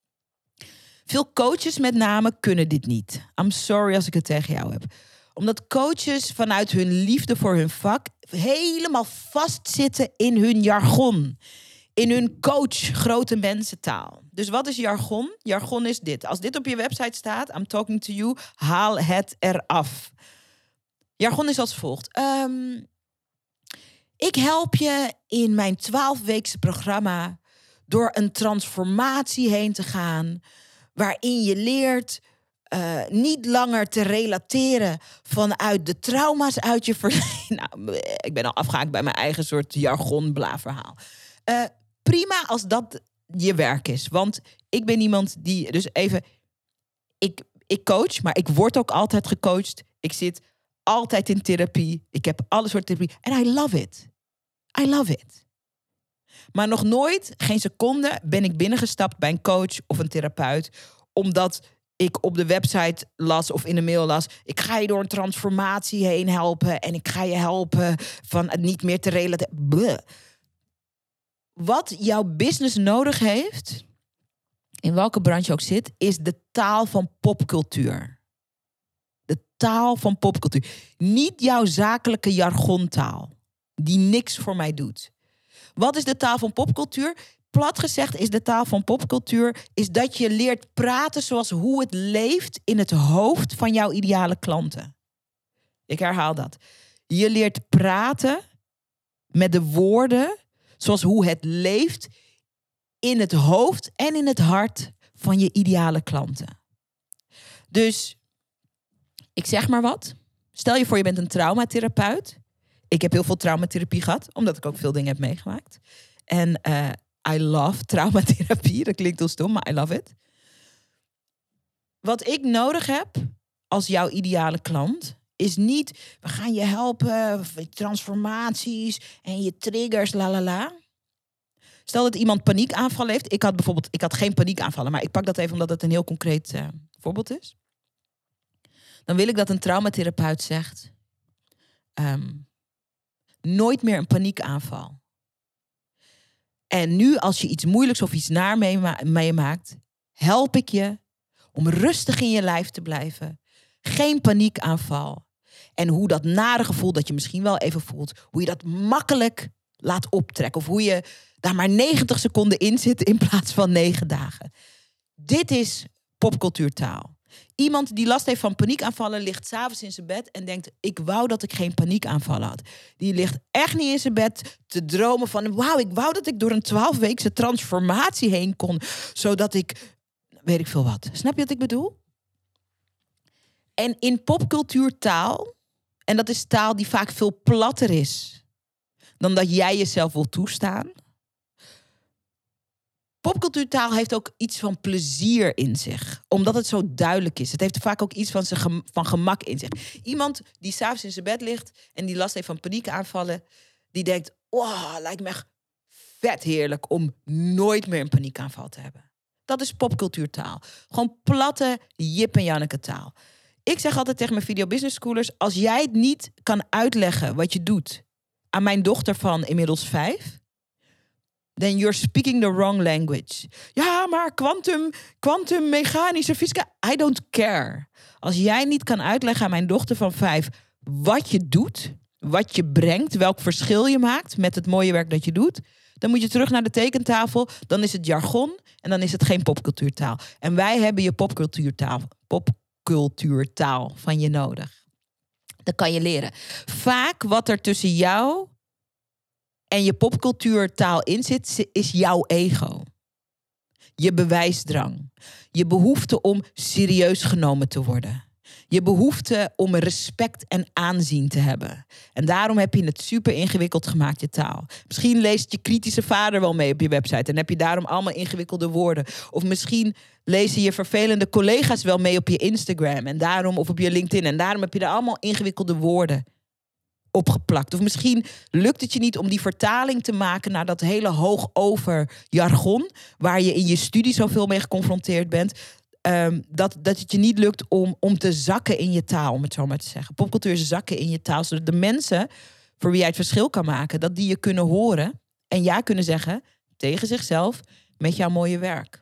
S1: Veel coaches met name kunnen dit niet. I'm sorry als ik het tegen jou heb. Omdat coaches vanuit hun liefde voor hun vak helemaal vastzitten in hun jargon. In hun coach grote mensentaal. Dus wat is jargon? Jargon is dit. Als dit op je website staat, I'm talking to you, haal het eraf. Jargon is als volgt. Um, ik help je in mijn twaalfweekse programma door een transformatie heen te gaan, waarin je leert uh, niet langer te relateren vanuit de trauma's uit je verleden. Nou, ik ben al afgehaakt bij mijn eigen soort jargon-bla-verhaal. Uh, prima als dat je werk is. Want ik ben iemand die, dus even, ik, ik coach, maar ik word ook altijd gecoacht. Ik zit altijd in therapie. Ik heb alle soorten therapie. En I love it. I love it. Maar nog nooit, geen seconde, ben ik binnengestapt bij een coach of een therapeut, omdat ik op de website las of in de mail las, ik ga je door een transformatie heen helpen en ik ga je helpen van het niet meer te relateren. Bleh. Wat jouw business nodig heeft, in welke branche ook zit, is de taal van popcultuur. De taal van popcultuur. Niet jouw zakelijke jargontaal, die niks voor mij doet. Wat is de taal van popcultuur? Plat gezegd is de taal van popcultuur is dat je leert praten zoals hoe het leeft in het hoofd van jouw ideale klanten. Ik herhaal dat. Je leert praten met de woorden zoals hoe het leeft in het hoofd en in het hart van je ideale klanten. Dus ik zeg maar wat. Stel je voor je bent een traumatherapeut. Ik heb heel veel traumatherapie gehad, omdat ik ook veel dingen heb meegemaakt. En uh, I love traumatherapie. Dat klinkt heel stom, maar I love it. Wat ik nodig heb als jouw ideale klant is niet, we gaan je helpen, transformaties en je triggers, la la la. Stel dat iemand paniekaanval heeft. Ik had bijvoorbeeld, ik had geen paniekaanvallen, maar ik pak dat even omdat het een heel concreet uh, voorbeeld is. Dan wil ik dat een traumatherapeut zegt, Um, nooit meer een paniekaanval. En nu als je iets moeilijks of iets naar meemaakt, help ik je om rustig in je lijf te blijven. Geen paniekaanval. En hoe dat nare gevoel dat je misschien wel even voelt, hoe je dat makkelijk laat optrekken. Of hoe je daar maar negentig seconden in zit in plaats van negen dagen. Dit is popcultuurtaal. Iemand die last heeft van paniekaanvallen ligt 's avonds in zijn bed en denkt, ik wou dat ik geen paniekaanvallen had. Die ligt echt niet in zijn bed te dromen van, wauw, ik wou dat ik door een twaalfweekse transformatie heen kon, zodat ik, weet ik veel wat. Snap je wat ik bedoel? En in popcultuurtaal, en dat is taal die vaak veel platter is dan dat jij jezelf wil toestaan. Popcultuurtaal heeft ook iets van plezier in zich. Omdat het zo duidelijk is. Het heeft vaak ook iets van, zijn gem- van gemak in zich. Iemand die 's avonds in zijn bed ligt en die last heeft van paniekaanvallen, die denkt, wow, lijkt me echt vet heerlijk om nooit meer een paniekaanval te hebben. Dat is popcultuurtaal. Gewoon platte Jip en Janneke taal. Ik zeg altijd tegen mijn video business schoolers, als jij het niet kan uitleggen wat je doet aan mijn dochter van inmiddels vijf, then you're speaking the wrong language. Ja, maar kwantum, kwantum, mechanische fysica, I don't care. Als jij niet kan uitleggen aan mijn dochter van vijf wat je doet, wat je brengt, welk verschil je maakt met het mooie werk dat je doet, dan moet je terug naar de tekentafel. Dan is het jargon en dan is het geen popcultuurtaal. En wij hebben je popcultuurtaal, popcultuurtaal van je nodig. Dat kan je leren. Vaak wat er tussen jou en je popcultuurtaal in zit, is jouw ego. Je bewijsdrang. Je behoefte om serieus genomen te worden. Je behoefte om respect en aanzien te hebben. En daarom heb je het super ingewikkeld gemaakt, je taal. Misschien leest je kritische vader wel mee op je website en heb je daarom allemaal ingewikkelde woorden. Of misschien lezen je vervelende collega's wel mee op je Instagram en daarom, of op je LinkedIn. En daarom heb je er allemaal ingewikkelde woorden opgeplakt. Of misschien lukt het je niet om die vertaling te maken naar dat hele hoogover jargon, waar je in je studie zoveel mee geconfronteerd bent. Um, dat, dat het je niet lukt om, om te zakken in je taal, om het zo maar te zeggen. Popcultuur is zakken in je taal, zodat de mensen voor wie jij het verschil kan maken, dat die je kunnen horen en ja kunnen zeggen tegen zichzelf met jouw mooie werk.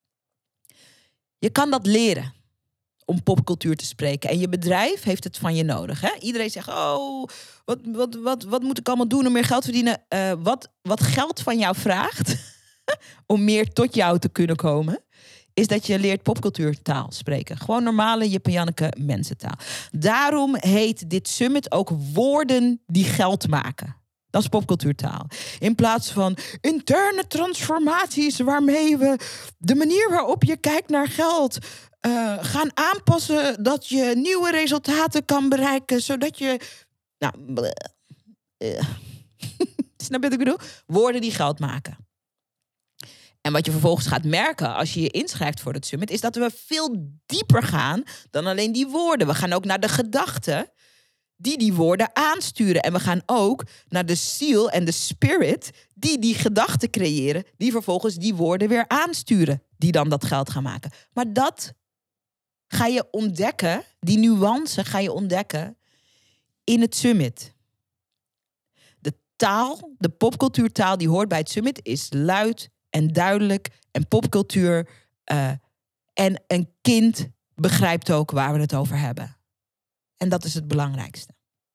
S1: Je kan dat leren om popcultuur te spreken. En je bedrijf heeft het van je nodig. Hè? Iedereen zegt, oh, wat, wat, wat, wat moet ik allemaal doen om meer geld te verdienen? Uh, wat, wat geld van jou vraagt om meer tot jou te kunnen komen, is dat je leert popcultuurtaal spreken. Gewoon normale Jip-en-Janneke mensentaal. Daarom heet dit summit ook woorden die geld maken. Dat is popcultuurtaal. In plaats van interne transformaties waarmee we de manier waarop je kijkt naar geld uh, gaan aanpassen, dat je nieuwe resultaten kan bereiken, zodat je... Nou, uh, snap je wat ik bedoel? Woorden die geld maken. En wat je vervolgens gaat merken als je je inschrijft voor het summit, is dat we veel dieper gaan dan alleen die woorden. We gaan ook naar de gedachten die die woorden aansturen. En we gaan ook naar de ziel en de spirit die die gedachten creëren, die vervolgens die woorden weer aansturen, die dan dat geld gaan maken. Maar dat ga je ontdekken, die nuance ga je ontdekken in het summit. De taal, de popcultuurtaal die hoort bij het summit is luid en duidelijk en popcultuur. Uh, en een kind begrijpt ook waar we het over hebben. En dat is het belangrijkste.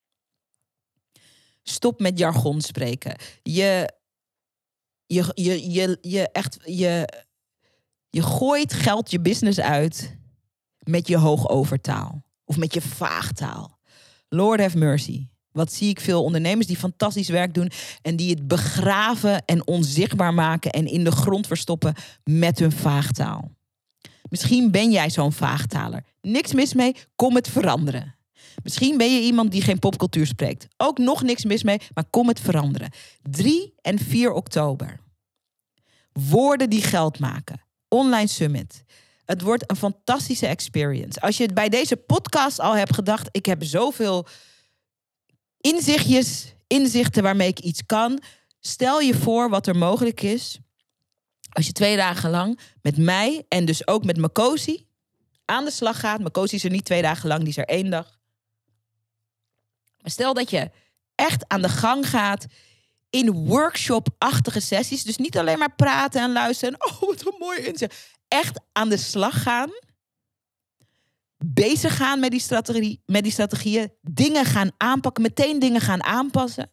S1: Stop met jargon spreken. Je, je, je, je, je, echt, je, je gooit geld je business uit met je hoogovertaal. Of met je vaagtaal. Lord have mercy. Wat zie ik veel ondernemers die fantastisch werk doen en die het begraven en onzichtbaar maken en in de grond verstoppen met hun vaagtaal. Misschien ben jij zo'n vaagtaler. Niks mis mee, kom het veranderen. Misschien ben je iemand die geen popcultuur spreekt. Ook nog niks mis mee, maar kom het veranderen. drie en vier oktober. Woorden die geld maken. Online summit. Het wordt een fantastische experience. Als je bij deze podcast al hebt gedacht, ik heb zoveel inzichtjes, inzichten waarmee ik iets kan. Stel je voor wat er mogelijk is als je twee dagen lang met mij en dus ook met Makosi aan de slag gaat. Makosi is er niet twee dagen lang, die is er één dag. Maar stel dat je echt aan de gang gaat in workshop-achtige sessies. Dus niet alleen maar praten en luisteren. En, oh, wat een mooi inzicht. Echt aan de slag gaan. Bezig gaan met die, strategie, met die strategieën. Dingen gaan aanpakken. Meteen dingen gaan aanpassen.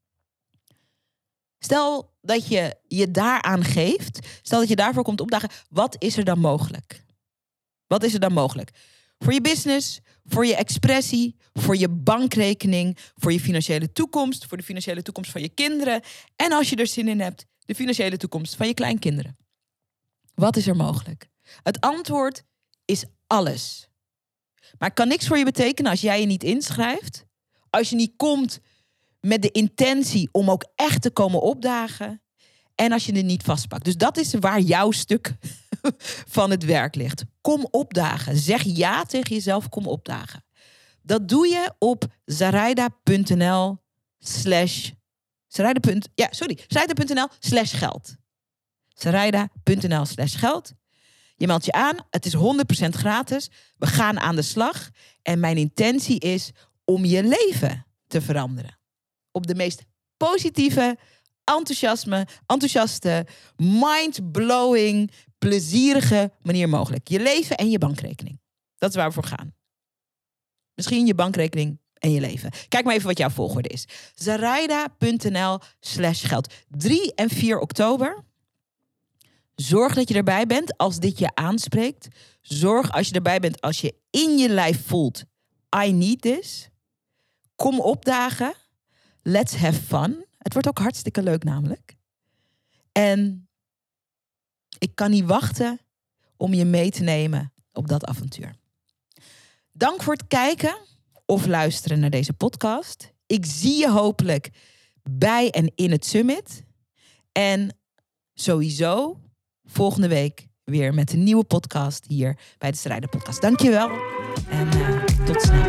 S1: Stel dat je je daaraan geeft. Stel dat je daarvoor komt opdagen. Wat is er dan mogelijk? Wat is er dan mogelijk? Voor je business, voor je expressie, voor je bankrekening, voor je financiële toekomst, voor de financiële toekomst van je kinderen. En als je er zin in hebt, de financiële toekomst van je kleinkinderen. Wat is er mogelijk? Het antwoord is alles. Maar het kan niks voor je betekenen als jij je niet inschrijft. Als je niet komt met de intentie om ook echt te komen opdagen. En als je het niet vastpakt. Dus dat is waar jouw stuk van het werk ligt. Kom opdagen. Zeg ja tegen jezelf, kom opdagen. Dat doe je op zaraida.nl slash Zaraida. Ja, sorry. Zaraida.nl slash geld. Zaraida.nl slash geld. Je meldt je aan. Het is honderd procent gratis. We gaan aan de slag. En mijn intentie is om je leven te veranderen. Op de meest positieve, enthousiasme, enthousiaste, mind-blowing, plezierige manier mogelijk. Je leven en je bankrekening. Dat is waar we voor gaan. Misschien je bankrekening en je leven. Kijk maar even wat jouw volgorde is. Zaraida.nl slash geld. drie en vier oktober. Zorg dat je erbij bent als dit je aanspreekt. Zorg als je erbij bent als je in je lijf voelt. I need this. Kom opdagen. Let's have fun. Het wordt ook hartstikke leuk namelijk. En ik kan niet wachten om je mee te nemen op dat avontuur. Dank voor het kijken of luisteren naar deze podcast. Ik zie je hopelijk bij en in het summit. En sowieso volgende week weer met een nieuwe podcast hier bij de Zaraida Podcast. Dankjewel en uh, tot snel.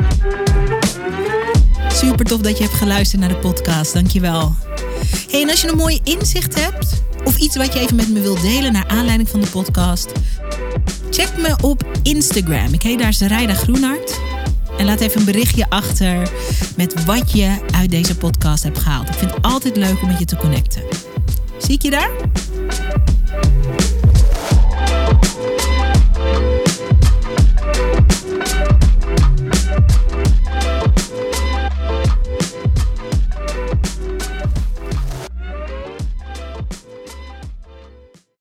S1: Super tof dat je hebt geluisterd naar de podcast. Dankjewel. Hey, en als je een mooie inzicht hebt of iets wat je even met me wilt delen naar aanleiding van de podcast, check me op Instagram. Ik heet daar Zaraida Groenhart. En laat even een berichtje achter met wat je uit deze podcast hebt gehaald. Ik vind het altijd leuk om met je te connecten. Zie ik je daar?